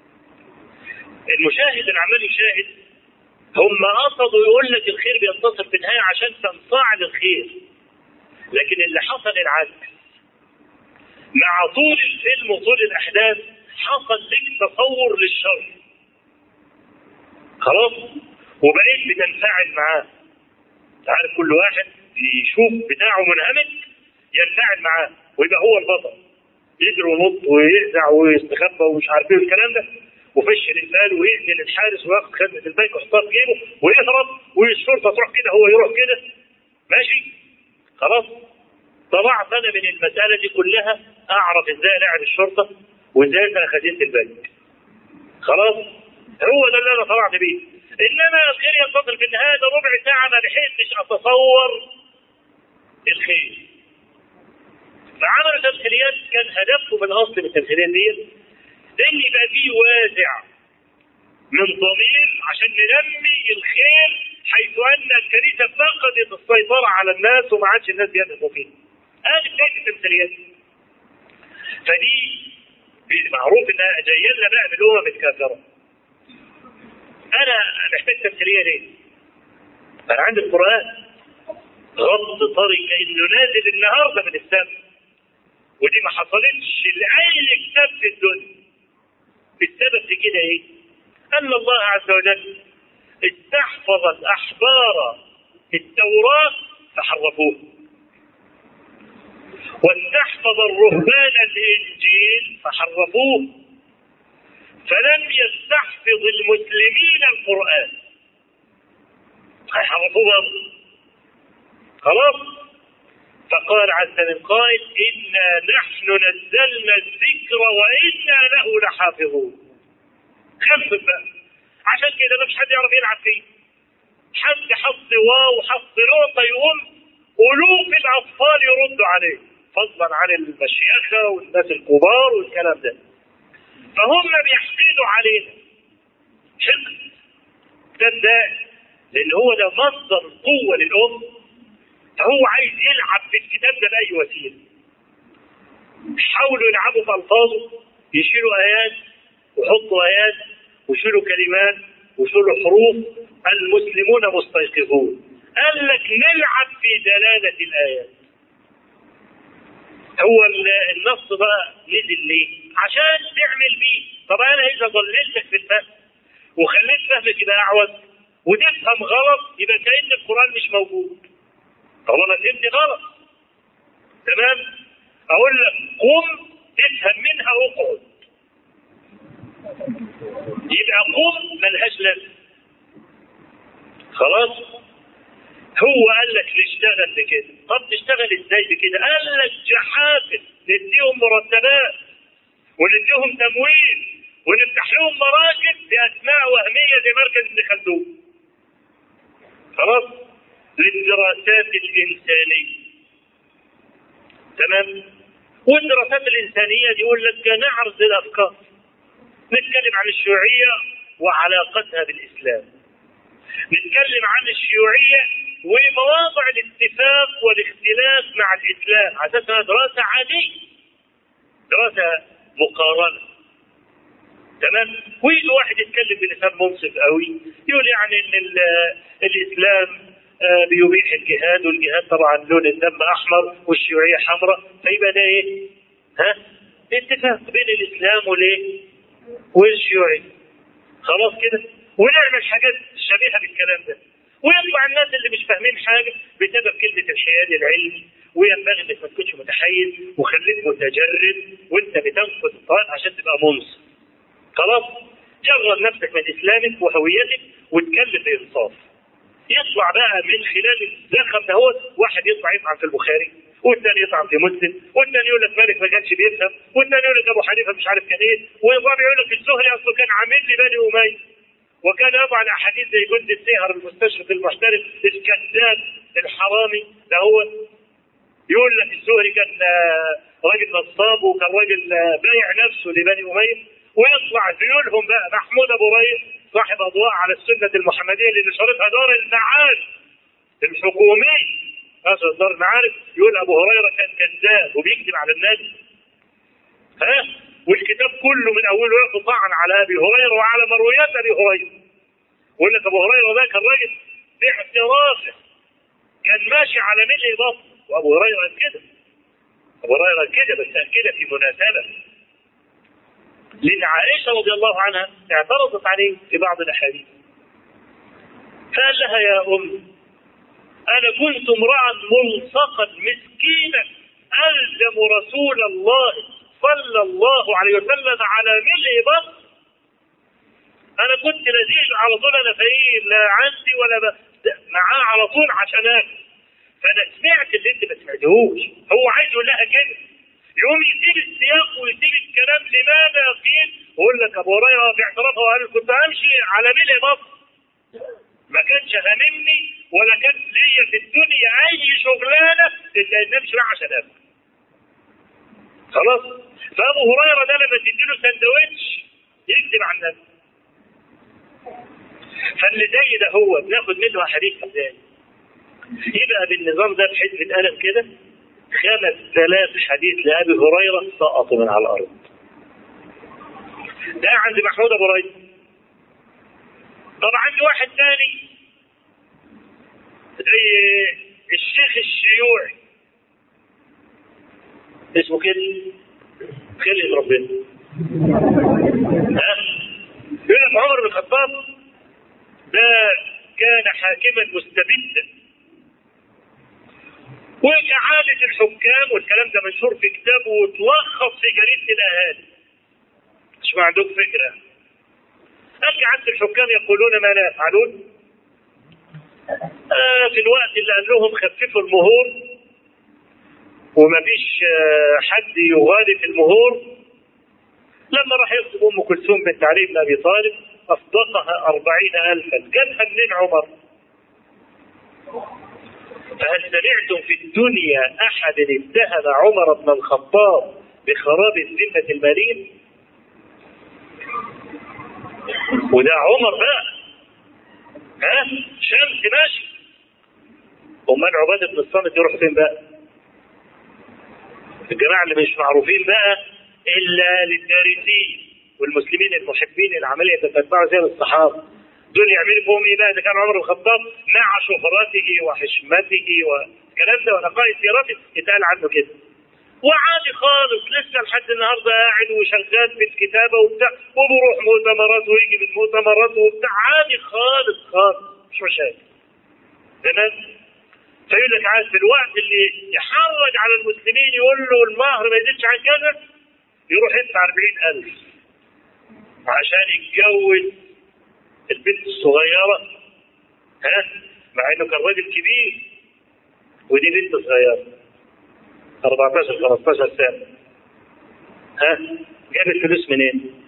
المشاهد اللي عمال يشاهد هم قصدوا يقول لك الخير بينتصر في النهايه عشان تنصاع للخير، لكن اللي حصل العكس. مع طول الفيلم وطول الاحداث حصل لك تصور للشر. خلاص؟ وبقيت بتنفعل معاه. تعرف كل واحد يشوف بتاعه منهمك ينفعل معاه ويبقى هو البطل، يجري وينط ويقزع ويستخبى ومش عارف ايه الكلام ده، وفش الانفال ويقتل الحارس وياخد خدمه البنك ويحطها في جيبه ويهرب والشرطه تروح كده هو يروح كده. ماشي؟ خلاص؟ طلعت انا من المساله دي كلها اعرف ازاي لاعب الشرطه وازاي انا خزينه البنك. خلاص؟ هو ده اللي انا طلعت بيه. انما الخير ينتصر في النهايه ده ربع ساعه ما لحقتش اتصور الخير. فعملوا تمثيليات كان هدفهم الاصلي من التمثيليات دي ان يبقى فيه وازع من ضمير عشان ننمي الخير، حيث ان الكنيسه فقدت السيطره على الناس وما عادش الناس بيدخلوا فيها. هذه بدايه التمثيليات. فدي معروف انها جايه لنا بقى من الامم الكافره. انا محتاج تمثيليه ليه؟ انا عندي القران غض طري كانه نازل النهارده من السماء، ودي ما حصلتش لاي كتاب في الدنيا. السبب في كده ايه؟ ان الله عز وجل استحفظ الاحبار التوراه فحرفوه، واستحفظ الرهبان الانجيل فحرفوه، فلم يستحفظ المسلمين القرآن هيحرفوه برضه. خلاص؟ فقال عز من قائل إنا نحن نزلنا الذكر وإنا له لحافظون. خفف بقى عشان كده مش حد يعرف يلعب فيه. حد حط واو وحط نقطة يقوم ألوف الأطفال يردوا عليه فضلا عن المشيخة والناس الكبار والكلام ده. فهم بيحسدوا علينا حقد ده لان هو ده مصدر القوه للام، فهو عايز يلعب في الكتاب ده باي وسيله. حاولوا يلعبوا في الفاظه، يشيلوا ايات ويحطوا ايات ويشيلوا كلمات ويشيلوا حروف. المسلمون مستيقظون، قال لك نلعب في دلاله الايات. هو النص بقى نزل ليه؟ عشان تعمل بيه. طب انا اذا ضللتك في الفهم وخليت فهمك يبقى اعوج وتفهم غلط، يبقى كأن القرآن مش موجود. طالما فهمت غلط، تمام؟ اقول لك قم تفهم منها واقعد، يبقى قم ملهاش لازمه. خلاص؟ هو قال لك نشتغل بكده. طب تشتغل ازاي بكده؟ قال لك جحافل، نديهم مرتبات ونديهم تمويل ونفتح لهم مراكز باسماء وهميه زي مركز ابن خلدون. خلاص؟ للدراسات الانسانيه. تمام؟ والدراسات الانسانيه دي يقول لك نعرض الافكار، نتكلم عن الشيوعيه وعلاقتها بالاسلام، نتكلم عن الشيوعيه ومواضع الاتفاق والاختلاف مع الاسلام على اساسها دراسه عاديه، دراسه مقارنه. تمام؟ ويجي واحد يتكلم بلسان منصف قوي يقول يعني ان الاسلام بيبيح الجهاد، والجهاد طبعا لون الدم احمر والشيوعيه حمراء، فيبقى ده ايه؟ ها؟ اتفاق بين الاسلام والايه؟ والشيوعيه. خلاص كده؟ ونعمل حاجات شبيهه بالكلام ده، ويطلع الناس اللي مش فاهمين حاجه بسبب كلمه الحياد العلمي. وينبغي انك ما تكونش متحيز وخليك متجرد وانت بتنقد الطريق عشان تبقى منصف. خلاص؟ جرد نفسك من اسلامك وهويتك واتكلم بانصاف. يطلع بقى من خلال الزخم ده هو واحد يطلع يطعن في البخاري، والثاني يطعن في مسلم، والثاني يقول لك مالك ما كانش بيفهم، والثاني يقول لك ابو حنيفه مش عارف كان ايه، والرابع يقول لك الزهري اصله كان عامل لي بني اميه، وكان يضع احاديث زي جند السهر المستشرق المحترف الكذاب الحرامي ده هو. يقول لك الزهري كان راجل نصاب وكان راجل بايع نفسه لبني اميه، ويطلع ذيولهم بقى محمود ابو ريح صاحب اضواء على السنه المحمديه اللي نشرتها دار المعارف الحكوميه، اصل دار المعارف، يقول ابو هريره كان كذاب وبيكذب على النبي. ها؟ والكتاب كله من اوله ياخذ طعن على ابي هريره وعلى مرويات ابي هريره. يقول لك ابو هريره ده كان راجل باعترافه كان ماشي على ملء بطن، وابو هريره كده. ابو هريره كده بس كده في مناسبه. لأن عائشة رضي الله عنها اعترضت عليه في بعض الأحاديث، فقال لها يا أم أنا كنت امرأ ملصقا مسكينا ألزم رسول الله صلى الله عليه وسلم على ملء بطن. أنا كنت لذيذ على طول، أنا فقير لا عندي ولا معاه على طول عشان آكل. فأنا سمعت اللي أنت ما سمعتهوش. هو عايز يقول لها كده، يقوم يسيب السياق ويسيب الكلام لماذا قيل. ويقول لك ابو هريره في اعترافه وقال كنت امشي على ملء بطن، ما كانش هاممني ولا كان ليا في الدنيا اي شغلانه الا ان امشي معاه عشان اكل. خلاص؟ فابو هريره ده لما تديله سندوتش يكذب عن نفسه. فاللي زي ده هو بناخد منه احاديث ازاي؟ يبقى بالنظام ده بحسبة قلم كده خمس ثلاث حديث لأبي هريرة سقطوا من على الأرض. ده عند محمود أبو ريس. طب عندي واحد ثاني زي الشيخ الشيوعي اسمه كده خلق ربنا. يقول لك عمر بن الخطاب ده كان حاكما مستبدا، وإعادة الحكام والكلام ده منشور في كتابه وتلخص في جريدة الأهالي. مش ما عندك فكرة؟ إعادة الحكام يقولون ما لا يفعلون. آه في الوقت اللي قال لهم خففوا المهور وما فيش آه حد يغالي في المهور، لما راح يخطب أم كلثوم بنت علي بن أبي طالب أصدقها أربعين ألفا. جابها منين عمر؟ فهل سمعتم في الدنيا أحد اتهم عمر بن الخطاب بخراب الذمة المالية؟ وده عمر بقى، ها شمس ماشي. أمال عبادة بن الصامت يروح فين بقى؟ الجماعة اللي مش معروفين بقى إلا للدارسين والمسلمين المحبين العملية تتبعوا زي الصحابة، دول يعملوا فيهم ايه بقى؟ اذا كان عمر بن الخطاب مع شهرته وحشمته والكلام ده ونقاء سيرته يتقال عنه كده. وعادي خالص، لسه لحد النهارده قاعد وشغال في الكتابه وبتاع، وبروح مؤتمرات ويجي من مؤتمرات وبتاع، عادي خالص خالص مش مشاكل. تمام؟ فيقول لك عايز في الوقت اللي يحرج على المسلمين يقول له المهر ما يزيدش عن كذا، يروح يدفع أربعين ألف عشان يتجوز البنت الصغيره، ها؟ مع انه كان راجل كبير ودي بنت صغيره أربعتاشر خمستاشر سنه. ها؟ جابت فلوس منين؟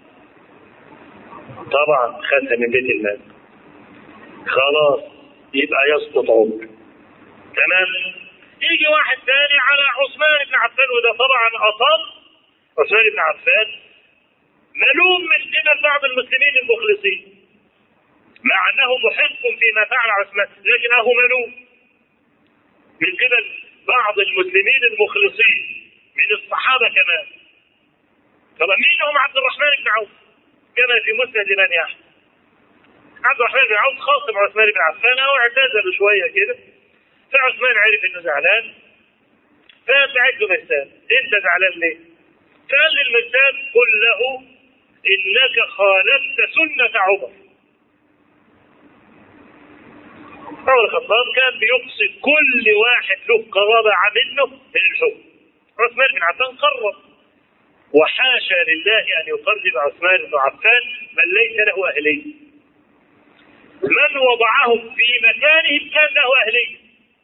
طبعا خدها من بيت المال. خلاص يبقى يسقط عمر. تمام؟ يجي واحد ثاني على عثمان بن عفان، وده طبعا اصل عثمان بن عفان ملوم من قبل بعض المسلمين المخلصين، مع انه محق فيما فعل عثمان، لكنه ملوم من قبل بعض المسلمين المخلصين من الصحابه كمان. طبعا مين هم؟ عبد الرحمن بن عوف كما في مسند الامام احمد. عبد الرحمن بن عوف خاصم عثمان بن عفان او اعتزل شويه كده، فعثمان عرف انه زعلان فبعت له مرسال، انت زعلان ليه؟ فقال للمرسال قل له انك خالفت سنه عمر. عمر الخطاب كان بيقصد كل واحد له قرابه منه من الحكم. عثمان بن عفان قرب، وحاشا لله ان يقرب عثمان بن عفان من ليس له اهليه. من وضعهم في مكانهم كان له اهليه.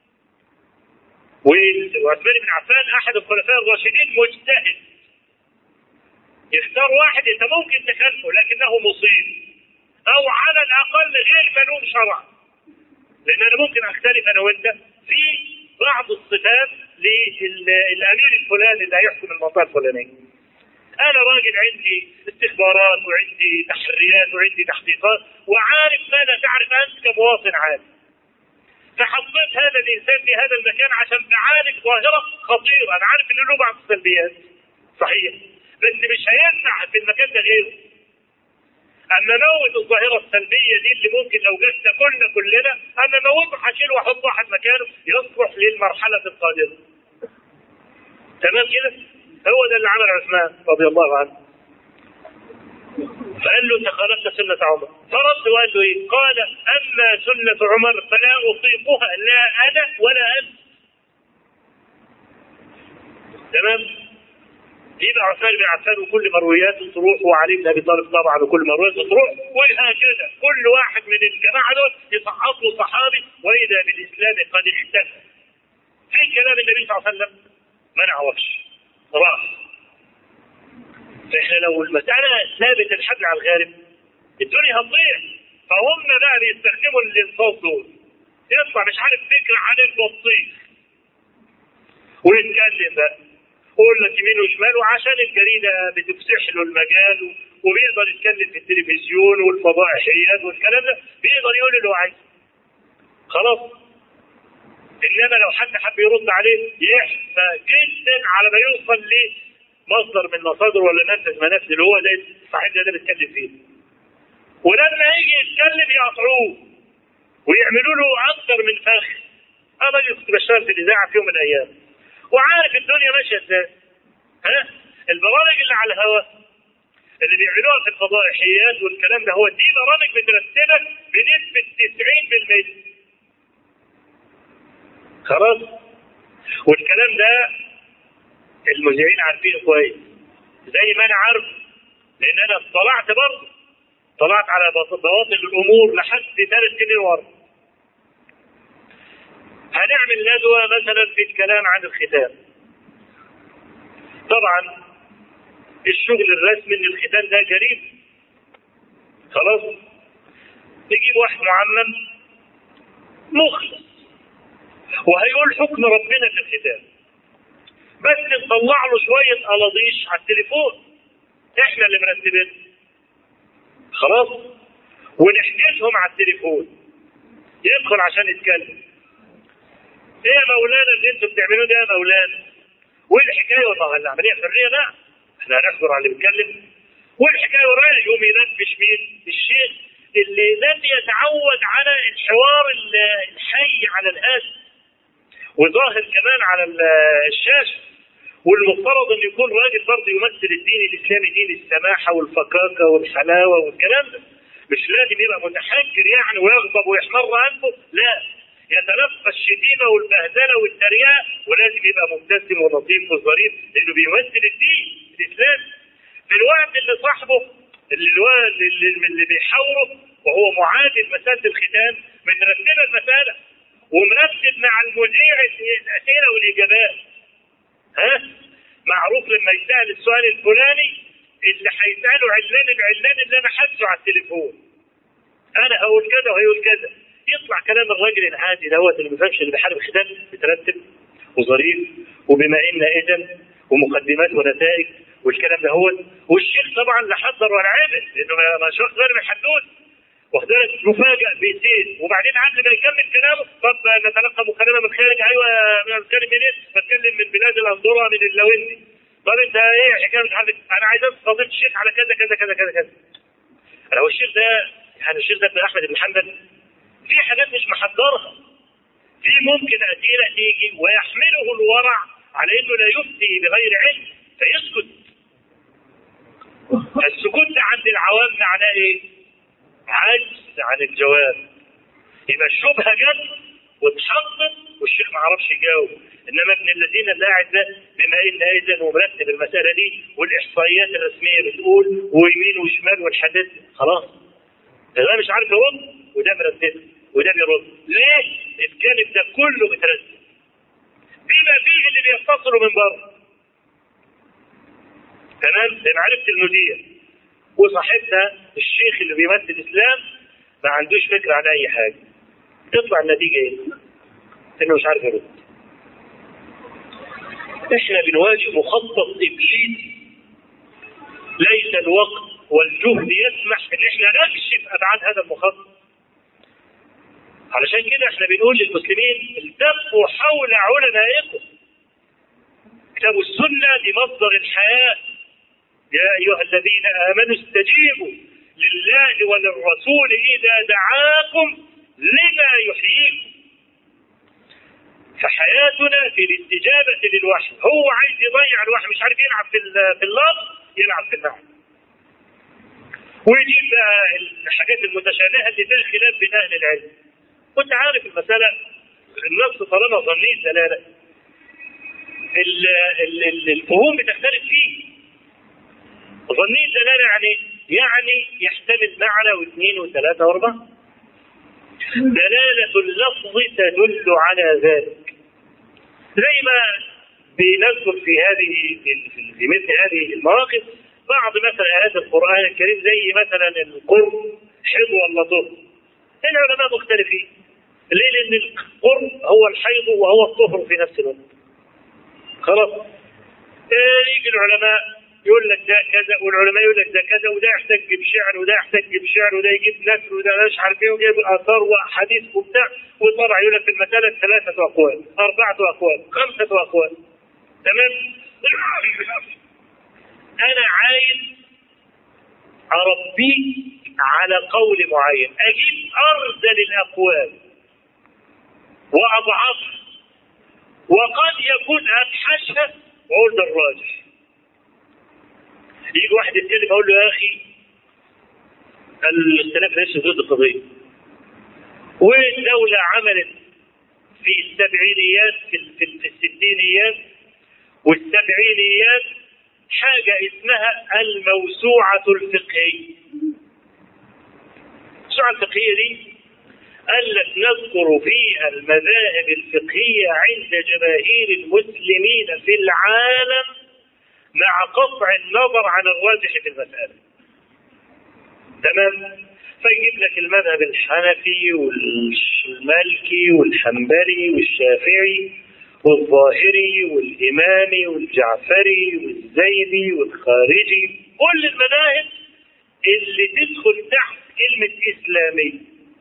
وعثمان بن عفان احد الخلفاء الراشدين مجتهد، يختار واحد انت ممكن تخالفه لكنه مصيب، او على الاقل غير ملوم شرعا، لان انا ممكن اختلف انا وانت في بعض الصفات للامير الفلاني اللي هيحكم المنطقه الفلانيه. انا راجل عندي استخبارات وعندي تحريات وعندي تحقيقات وعارف ما لا تعرف انت كمواطن عادي، فحطيت هذا الانسان في هذا المكان عشان بعالج ظاهره خطيره، انا عارف انه له بعض السلبيات صحيح، بس مش هينفع في المكان ده غيره. اما موت الظاهره السلبيه دي اللي ممكن لو جت تاكلنا كلنا، اما موته هشيل واحط واحد مكانه يصلح للمرحله القادمه. تمام كده؟ هو ده اللي عمل عثمان رضي الله عنه. فقال له انت خالفت سنه عمر، فرد وقال له ايه؟ قال اما سنه عمر فلا اطيقها لا انا ولا انت. تمام؟ يبقى عثمان بن عفان وكل مروياته تروح، وعلي بن ابي طالب طبعا وكل مروياته تروح، وهكذا كل واحد من الجماعه دول يصعد له صحابي واذا بالاسلام قد اختفى. في كلام النبي صلى الله عليه وسلم ما نعرفش راح. فاحنا لو المساله ثابت الحبل على الغارب الدنيا هتضيع. فهم بقى بيستخدموا الانصاف دول، يطلع مش عارف فكره عن البطيخ ويتكلم بقى يقول لك يمين وشمال، وعشان الجريده بتفسح له المجال وبيقدر يتكلم في التلفزيون والفضائحيات والكلام ده، بيقدر يقول اللي هو عايزه. خلاص. انما لو حد حب يرد عليه يحفى جدا على ما يوصل لمصدر من مصادر ولا نفذ منافذ اللي هو ده صاحب ده بيتكلم فيه. ولما يجي يتكلم يقطعوه ويعملوا له اكثر من فخ. انا كنت بشتغل في الاذاعه في يوم من الايام وعارف الدنيا ماشيه ازاي. ها؟ البرامج اللي على الهواء اللي بيعملوها في الفضائحيات والكلام ده، هو دي برامج مترتبه بنسبه تسعين بالمية. خلاص؟ والكلام ده المذيعين عارفينه كويس زي ما انا عارف، لان انا اطلعت برضه طلعت على بواطن الامور لحد ثلاث سنين ورا. هنعمل ندوه مثلا في الكلام عن الختان. طبعا الشغل الرسمي ان الختان ده جريمه. خلاص؟ نجيب واحد معمم مخلص وهيقول حكم ربنا في الختان، بس نطلع له شويه قلاضيش على التليفون احنا اللي مرتبين. خلاص؟ ونحجزهم على التليفون يدخل عشان يتكلم. ايه يا مولانا اللي انتوا بتعملوه ده يا مولانا؟ وايه الحكايه والله العمليه حريه بقى؟ احنا هنحضر على اللي بيتكلم. والحكايه ورايا يوم ينبش مين؟ الشيخ اللي لم يتعود على الحوار الحي على الهاتف وظاهر كمان على الشاشه، والمفترض ان يكون راجل برضه يمثل الدين الاسلامي، دين السماحه والفكاكه والحلاوه والكلام ده. مش لازم يبقى متحجر يعني ويغضب ويحمر انفه، لا، يتلقى الشتيمه والبهدله والتريقه، ولازم يبقى مبتسم ولطيف وظريف لانه بيمثل الدين الاسلامي. في الوقت اللي صاحبه اللي اللي, اللي بيحاوره وهو معادل مساله الختان مترتبه المساله ومرتب مع المذيع الاسئله والاجابات. ها؟ معروف لما يسال السؤال الفلاني اللي هيساله علان العلان اللي انا حاسه على التليفون. انا هقول كذا وهيقول كذا. يطلع كلام الراجل العادي دوت اللي ما بيفهمش اللي بيحارب الختان مترتب وظريف وبما ان اذا ومقدمات ونتائج والكلام ده هو. والشيخ طبعا لا حضر ولا عمل لانه ما شاف غير من الحدود. واخد بالك؟ مفاجئ بيسير وبعدين قبل ما يكمل كلامه طب نتلقى مكالمه من خارج. ايوه بتكلم منين؟ بتكلم من بلاد الاندوره من اللويندي. طب انت ايه حكايه بتحدث؟ انا عايز اسال فضيله الشيخ على كذا كذا كذا كذا كذا. لو الشيخ ده يعني الشيخ ده ابن احمد بن حنبل في حاجات مش محضرها. في ممكن اسئله تيجي ويحمله الورع على انه لا يفتي بغير علم فيسكت. السكوت ده عند العوام معناه ايه؟ عجز عن الجواب. يبقى الشبهه جت واتحطت والشيخ ما عرفش يجاوب. انما ابن الذين اللي قاعد ده بما ان اذن ومرتب المساله دي والاحصائيات الرسميه بتقول ويمين وشمال والحدث خلاص. ده مش عارف يرد وده مرتب وده بيرد. ليه؟ الجانب ده كله مترتب بما فيه اللي بيتصلوا من بره. تمام؟ لان عرفت المذيع وصاحبنا الشيخ اللي بيمثل الاسلام ما عندوش فكره عن اي حاجه. تطلع النتيجه ايه؟ انه مش عارف يرد. احنا بنواجه مخطط ابليسي ليس الوقت والجهد يسمح ان احنا نكشف ابعاد هذا المخطط. علشان كده احنا بنقول للمسلمين التفوا حول علمائكم. كتاب السنه دي مصدر الحياه. يا ايها الذين امنوا استجيبوا لله وللرسول اذا دعاكم لما يحييكم. فحياتنا في الاستجابه للوحي. هو عايز يضيع الوحي مش عارف يلعب في في اللفظ يلعب في النحو. ويجيب بقى الحاجات المتشابهه اللي فيها خلاف بين اهل العلم. وانت عارف المساله النص طالما ظنيه دلاله الفهوم بتختلف فيه. ظنيه دلاله يعني يعني يحتمل معنى واثنين وثلاثه واربعه. دلاله اللفظ تدل على ذلك. زي ما بنذكر في هذه في مثل هذه المواقف بعض مثلا آيات القرآن الكريم زي مثلا القرب حيض ولا طهر. العلماء مختلفين. ليه؟ لأن القرب هو الحيض وهو الطهر في نفس الوقت. خلاص. إيه يجي العلماء يقول لك ده كذا والعلماء يقول لك ده كذا وده يحتج بشعر وده يحتج بشعر وده يجيب نثر وده مش عارف ايه ويجيب آثار وحديث وبتاع وطلع يقول لك في المسألة ثلاثة أقوال، أربعة أقوال، خمسة أقوال. تمام؟ أنا عايز أربيه على قول معين، أجيب أرذل الأقوال وأضعفها وقد يكون أفحشها وأقول ده الراجح. يجي واحد يتكلم أقول له يا أخي الاختلاف ليس ضد القضية. والدولة عملت في السبعينيات في, في, في الستينيات والسبعينيات حاجة اسمها الموسوعة الفقهية. الموسوعة الفقهية دي قالت نذكر فيها المذاهب الفقهية عند جماهير المسلمين في العالم مع قطع النظر عن الراجح في المسألة. تمام؟ فيجيب لك المذهب الحنفي والمالكي والحنبلي والشافعي والظاهري والإمامي والجعفري والزيدي والخارجي، كل المذاهب اللي تدخل تحت كلمة إسلامي.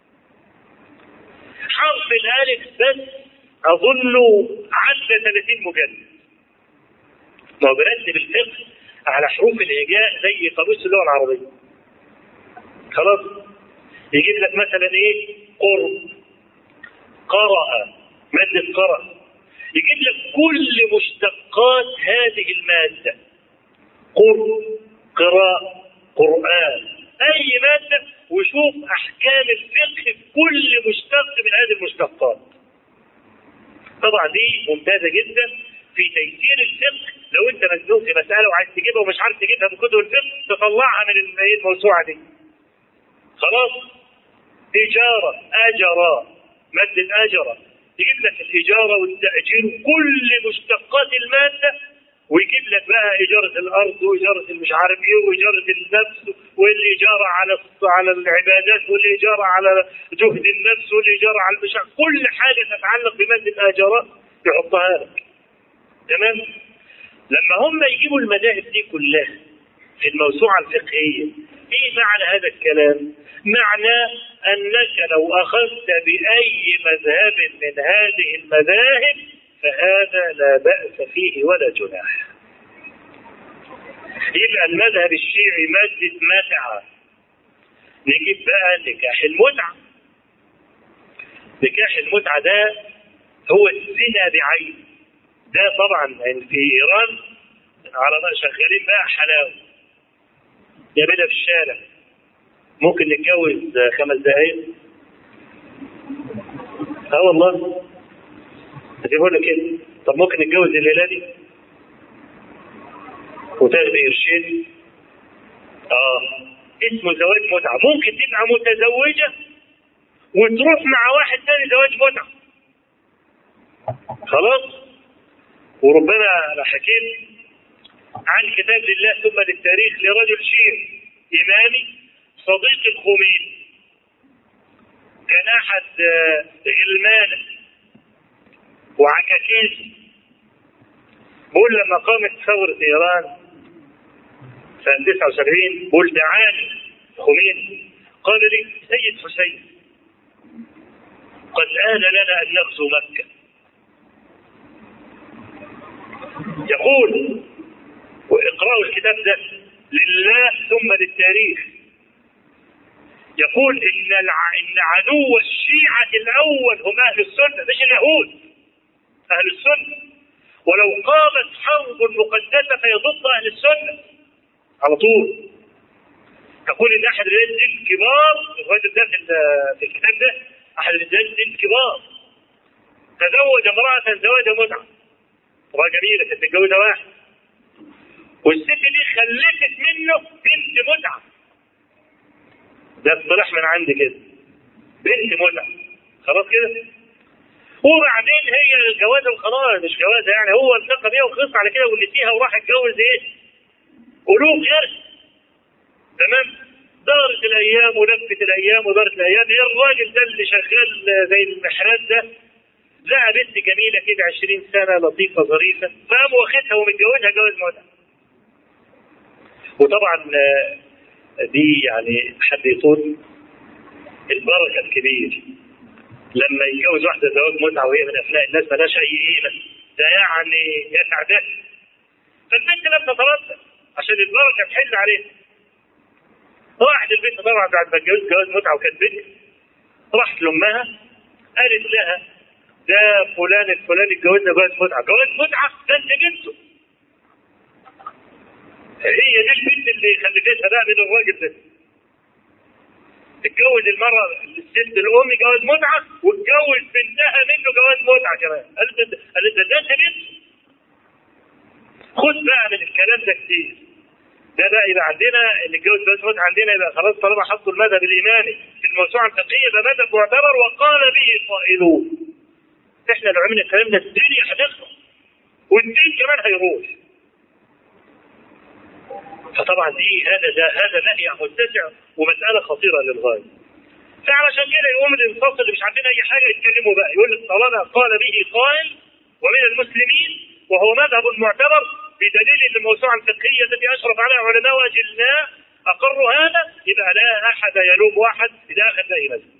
حرف الألف بس أظنه عدى ثلاثين مجلد. ما هو برتب الفقه على حروف الهجاء زي قاموس اللغة العربية. خلاص؟ يجيب لك مثلا إيه؟ قرب، قرأ، مادة قرأ. يجيب لك كل مشتقات هذه المادة، قر، قراءة، قرآن، أي مادة، وشوف أحكام الفقه في كل مشتق من هذه المشتقات. طبعا دي ممتازة جدا في تيسير الفقه. لو أنت مزنوق في مسألة وعايز تجيبها ومش عارف تجيبها من كتب الفقه، تطلعها من الموسوعة دي. خلاص؟ إجارة، أجرة، مادة أجرة، يجيب لك الإجارة والتأجير كل مشتقات المادة، ويجيب لك بقى إجارة الأرض وإجارة المش عارف إيه وإجارة النفس والإجارة على على العبادات والإجارة على جهد النفس والإجارة على المش كل حاجة تتعلق بمادة الآجرات يحطها لك. تمام؟ لما هم يجيبوا المذاهب دي كلها في الموسوعة الفقهية، إيه معنى هذا الكلام؟ معنى أنك لو أخذت بأي مذهب من هذه المذاهب فهذا لا بأس فيه ولا جناح. يبقى المذهب الشيعي مادة متعة. نجيب بقى نكاح المتعة. نكاح المتعة ده هو الزنا بعين. ده طبعا في إيران على بقى شغالين بقى حلاوة. يعملها في الشارع. ممكن نتجوز خمس دقايق. اه والله. هتقول لك كده. طب ممكن نتجوز الليلة دي وتاخدي قرشين. اه اسمه زواج متعة. ممكن تبقى متزوجة وتروح مع واحد ثاني زواج متعة. خلاص. وربنا انا حكيت عن كتاب لله ثم للتاريخ لرجل شيعي إمامي صديق الخميني، كان أحد غلمانه وعكاكيز. بقول لما قامت ثورة إيران سنة تسعة وسبعين بقول دعاني الخميني قال لي سيد حسين قد آن لنا أن نغزو مكة. يقول واقرأوا الكتاب ده لله ثم للتاريخ، يقول إن إن عدو الشيعة الأول هم أهل السنة مش اليهود، أهل السنة، ولو قامت حرب مقدسة فهي ضد أهل السنة على طول. تقول إن أحد الرجال الكبار الرجل ده في الكتاب ده أحد الرجال الكبار تزوج امرأة زواج متعة، امرأة جميلة كانت متجوزة واحد، والست دي خلفت منه بنت متعة. ده اصطلاح من عندي كده، بنت متعة. خلاص كده. وبعدين هي الجوازه وخلاص، مش جوازه يعني، هو التقى بيها وخلص على كده ونسيها وراح اتجوز ايه؟ قلوب غير. تمام؟ دارت الايام ولفت الايام ودارت الايام. ايه الراجل ده اللي شغال زي المحرات ده لقى بنت جميله كده عشرين سنه لطيفه ظريفه، فقام واخدها ومتجوزها جواز متعه. وطبعا دي يعني حد يطول البركه الكبير لما يتجوز واحده زواج متعه وهي من افناء الناس مالهاش اي قيمه، ده يعني يتعدل. فالبنت لم تتردد عشان البركه تحل عليها. راحت البنت طبعا بعد ما اتجوزت جواز متعه وكانت بنت، راحت لامها قالت لها ده فلان الفلاني اتجوزنا جواز متعه، جواز متعه ده انت بنته. هي دي البنت اللي خلفتها بقى من الراجل ده. اتجوز المرة الست الأم جواز متعة واتجوز بنتها منه جواز متعة كمان. قالت قالت ده انت بنت. خد بقى من الكلام ده كتير. ده بقى يبقى عندنا اللي اتجوز جواز متعة عندنا يبقى خلاص طالما حطوا المذهب الإيماني في الموسوعة الفقهية يبقى مذهب معتبر وقال به قائلون. احنا لو عملنا الكلام ده الدنيا هتخلص والدين كمان هيروح. فطبعا دي هذا ده هذا نهي متسع ومسألة خطيرة للغاية. فعلشان كده يقوم الانصاف اللي مش عندنا أي حاجة يتكلموا بقى، يقول لك طالما قال به قائل ومن المسلمين وهو مذهب معتبر بدليل أن الموسوعة الفقهية التي أشرف عليها علماء وأجلاء أقروا هذا، يبقى لا أحد يلوم واحد إذا أخذ أي مذهب.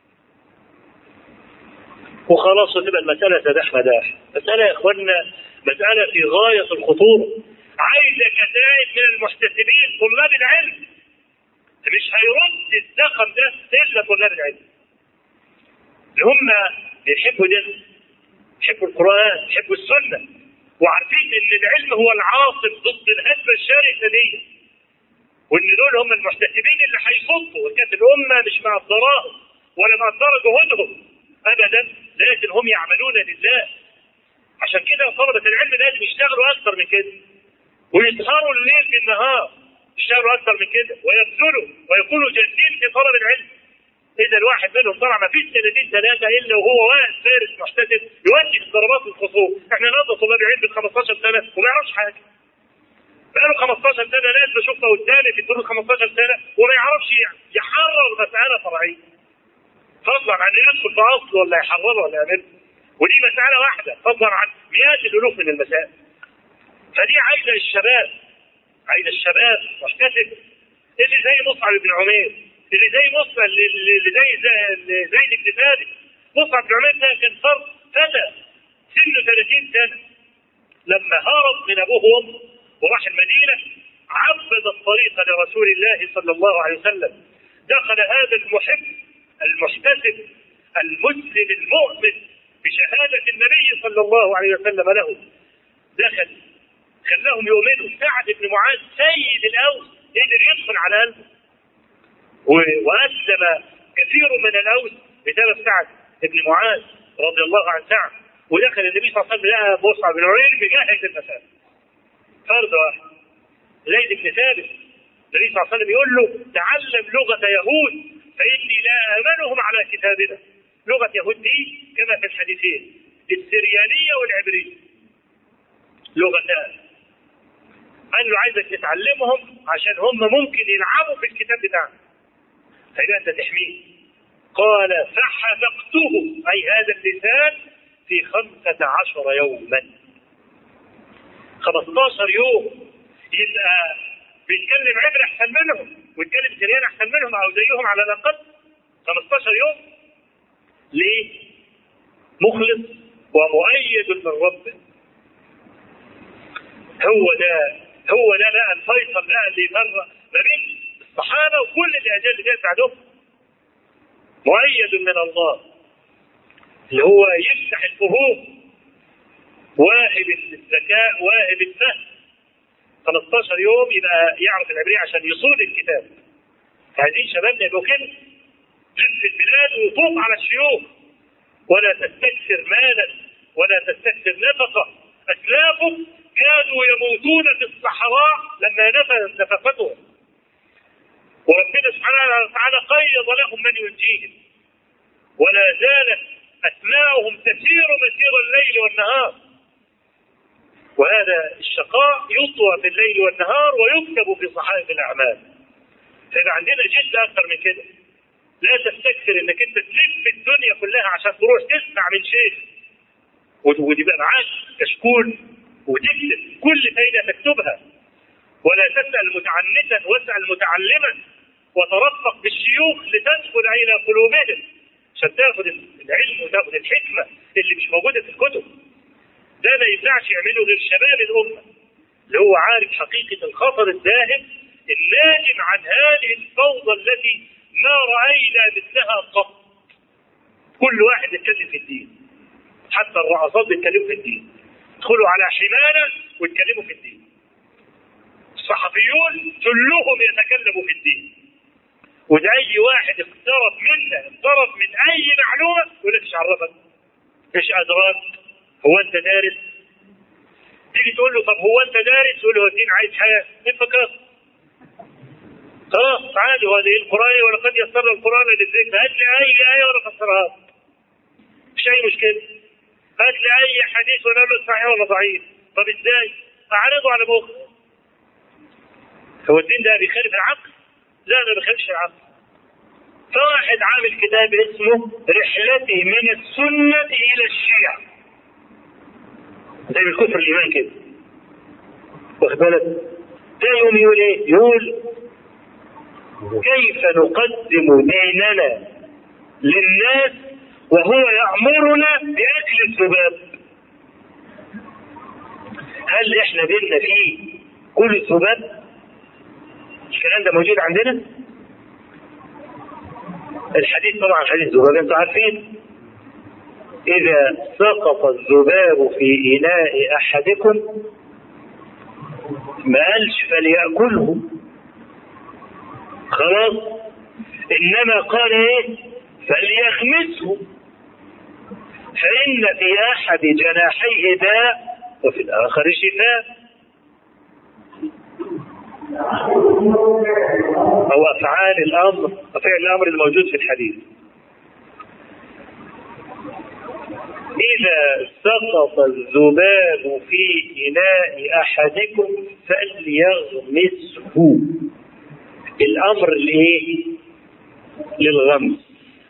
وخلاص وتبقى المسألة سداح مداح. مسألة يا إخواننا مسألة في غاية الخطورة. عايزة كتائب من المحتسبين طلاب العلم، مش هيرد الزخم ده إلا طلاب العلم اللي هم بيحبوا ده يحبوا القرآن، يحبوا السنة، وعارفين ان العلم هو العاصم ضد الهجمة الشرسة دي، وان دول هم المحتسبين اللي هيصدوا، وكانت الامة مش مقدراهم ولا مقدرة جهودهم ابدا، لكن هم يعملون لله. عشان كده طلبة العلم لازم يشتغلوا اكثر من كده، ويسهروا الليل بالنهار، يشتغلوا اكثر من كده، ويبذلوا ويكونوا جادين في طلب العلم. اذا الواحد منهم طلع ما فيش سنتين ثلاثه الا وهو واقف فارس محتسب يودي في ضربات الخصوم. احنا نقضي طلاب العلم ب خمستاشر سنه وما يعرفش حاجه. بقاله خمستاشر سنه ناس بشوفها قدامي في الدروس خمستاشر سنه وما يعرفش يحرر مساله فرعيه. فضلا عن يدخل في اصل ولا يحرره ولا يعمله. ودي مساله واحده فضلا عن مئات الالوف من المسائل. فدي عايزه الشباب، عايزه الشباب محتسب اللي زي مصعب بن عمير، اللي زي مصعب اللي زي زيد بن ثابت. مصعب بن عمير ده كان فرد فتى سنه ثلاثين سنه، لما هرب من ابوه وامه وراح المدينه عبد الطريق لرسول الله صلى الله عليه وسلم. دخل هذا المحب المحتسب المسلم المؤمن بشهاده النبي صلى الله عليه وسلم له، دخل خلاهم يؤمنوا. سعد بن معاذ سيد الاوس قدر يدخل على قلبه، واسلم كثير من الاوس بسبب سعد بن معاذ رضي الله عن سعد. ودخل النبي صلى الله عليه وسلم لقى مصعب بن عمير بجاهز المسألة. فرد واحد زيد بن ثابت، النبي صلى الله عليه وسلم يقول له تعلم لغة يهود فإني لا آمنهم على كتابنا. لغة يهود دي كما في الحديثين السريانية والعبرية، لغتان. قال له عايزك تتعلمهم عشان هم ممكن يلعبوا في الكتاب بتاعنا، فإذا أنت تحميه. قال فحذقته أي هذا اللسان في خمسة عشر يوما، خمستاشر يوم. يبقى بيتكلم عبر أحسن منهم ويتكلم سريان أحسن منهم أو زيهم على الأقل. خمستاشر يوم ليه؟ مخلص ومؤيد من ربه. هو ده هو ده بقى الفيصل بقى اللي يفرق ما بين الصحابة وكل الأجيال اللي جاية بعدهم. مؤيد من الله اللي هو يفتح الفهوم، واهب الذكاء، واهب الفهم. خمستاشر يوم يبقى يعرف العبرية عشان يصون الكتاب. عايزين شبابنا يبقوا كده، يلف البلاد ويطوف على الشيوخ، ولا تستكثر مالا ولا تستكثر نفقة. أسلافهم كانوا يموتون في الصحراء لما نفذت نفقتهم، وربنا سبحانه وتعالى قيض لهم من ينجيهم، ولا زالت أسماؤهم تسير مسير الليل والنهار. وهذا الشقاء يطوى في الليل والنهار ويكتب في صحائف الأعمال. فيبقى عندنا جد أكثر من كده. لا تستكثر انك انت تلف الدنيا كلها عشان تروح تسمع من شيخ وتبقى معاك كشكول وتكتب كل فايدة تكتبها، ولا تسأل متعنتا واسأل متعلما، وترفق بالشيوخ لتدخل إلى قلوبهم عشان تاخذ العلم وتاخذ الحكمة اللي مش موجودة في الكتب. ده ما ينفعش يعمله غير شباب الأمة اللي هو عارف حقيقة الخطر الذاهب الناجم عن هذه الفوضى التي ما رأينا مثلها قط. كل واحد يتكلم في الدين، حتى الرعاصات يتكلموا في الدين، يدخلوا على حمانة ويتكلموا في الدين. الصحفيون كلهم يتكلموا في الدين، وده أي واحد اقترب منا اقترب من أي معلومة يقول لك ايش عرفك؟ ايش أدراك؟ هو أنت دارس؟ تيجي تقول له طب هو أنت دارس؟ يقول له هو الدين عايز حياة، كيف فكرت؟ خلاص عادي، وهذه القرآن ولقد يسرنا القرآن للذكر، هات لي أي آية وأنا أفسرها، مش أي مشكلة. هات لي أي حديث وأنا أقول له صحيح ولا ضعيف. طب إزاي؟ أعرضه على مخ. هو الدين ده بيخالف العقل؟ لا، ده بيخالفش العقل. فواحد عامل كتاب اسمه رحلتي من السنة إلى الشيعة، زي الكفر الإيمان كده، واخد بالك؟ ده يوم يقول إيه؟ يقول كيف نقدم ديننا للناس وهو يأمرنا بأكل الذباب. هل احنا ديننا فيه كل الذباب؟ الكلام ده موجود عندنا؟ الحديث طبعا حديث الذباب انتوا عارفين، إذا سقط الذباب في إناء أحدكم ما قالش فليأكله خلاص، إنما قال إيه؟ فليغمسه، فإن في أحد جناحيه داء وفي الآخر شفاء. أو أفعال الأمر، أفعال الأمر الموجود في الحديث. إذا سقط الذباب في إناء أحدكم فليغمسه، الأمر لإيه؟ للغمس.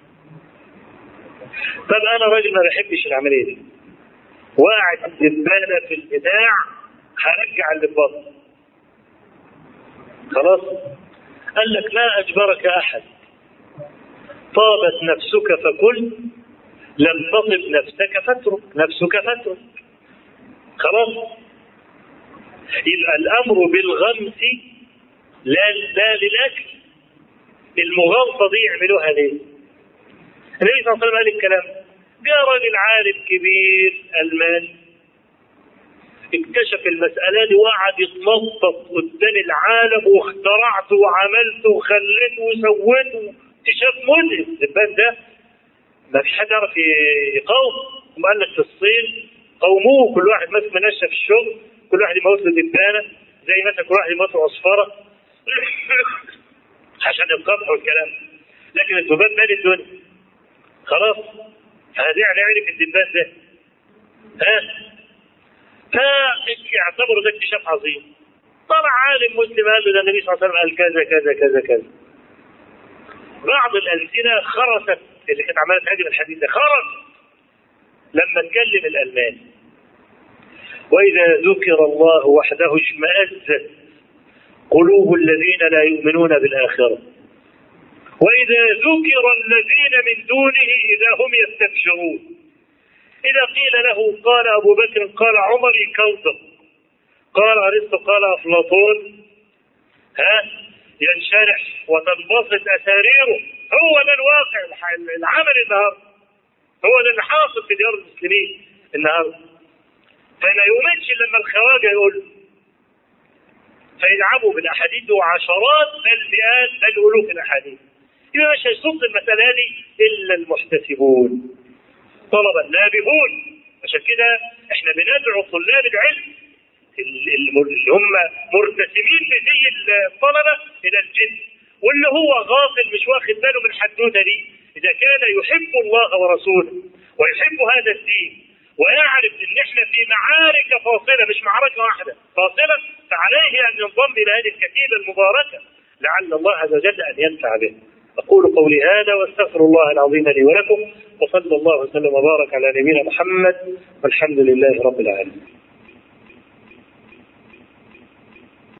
طب أنا راجل ما بحبش العملية دي، وقعت الدبانة في البتاع، هرجع اللباط خلاص. قال لك لا أجبرك أحد، طابت نفسك فكل، لم تطب نفسك فاترك، نفسك فاترك خلاص. يبقى الأمر بالغمس لا لا للأكل. المغالطة دي يعملوها ليه؟ النبي صلى الله عليه وسلم قال الكلام. جاء راجل عالم كبير ألماني اكتشف المسألة دي وقعد يتنطط قدام العالم، واخترعت وعملت وخليت وسويت اكتشاف مذهل. الدبان ده ما فيش حد يعرف يقاوم. قال لك في الصين قوموه، كل واحد ماسك منشة في الشغل، كل واحد يموت له دبانة، زي مثلا كل واحد يموت له عصفرة عشان القطع والكلام. لكن الذباب مال الدنيا خلاص. هذه عليك الدبان ده ها، فاعتبروا ده اكتشاف عظيم. طلع عالم مسلم قال له ده النبي صلى الله عليه وسلم قال كذا كذا كذا كذا. بعض الألسنة خرست اللي كانت عماله تهاجم الحديث ده، خرس لما اتكلم الألماني. وإذا ذكر الله وحده اشمأزت قلوب الذين لا يؤمنون بالآخرة، وإذا ذكر الذين من دونه إذا هم يستبشرون. إذا قيل له قال أبو بكر قال عمر يكذب، قال أرسطو قال أفلاطون ها ينشرح وتنبسط أساريره. هو ده الواقع العمل النهارده، هو ده اللي حاصل في ديار المسلمين النهارده. فما يؤمنش لما الخواجه يقول فيلعبوا بالاحاديث وعشرات بل مئات بل الوف الاحاديث. يبقى مش هيصد المساله دي الا المحتسبون، طلبه نابهون. عشان كده احنا بندعو طلاب العلم اللي هم مرتسمين بزي الطلبه الى الجد، واللي هو غافل مش واخد باله من الحدوته دي، اذا كان يحب الله ورسوله ويحب هذا الدين ويعرف ان احنا في معارك فاصله، مش معركه واحده فاصله، فعليه ان ينضم الى هذه الكتيبه المباركه لعل الله عز وجل ان ينفع به. اقول قولي هذا واستغفر الله العظيم لي ولكم، وصلى الله وسلم وبارك على نبينا محمد، والحمد لله رب العالمين.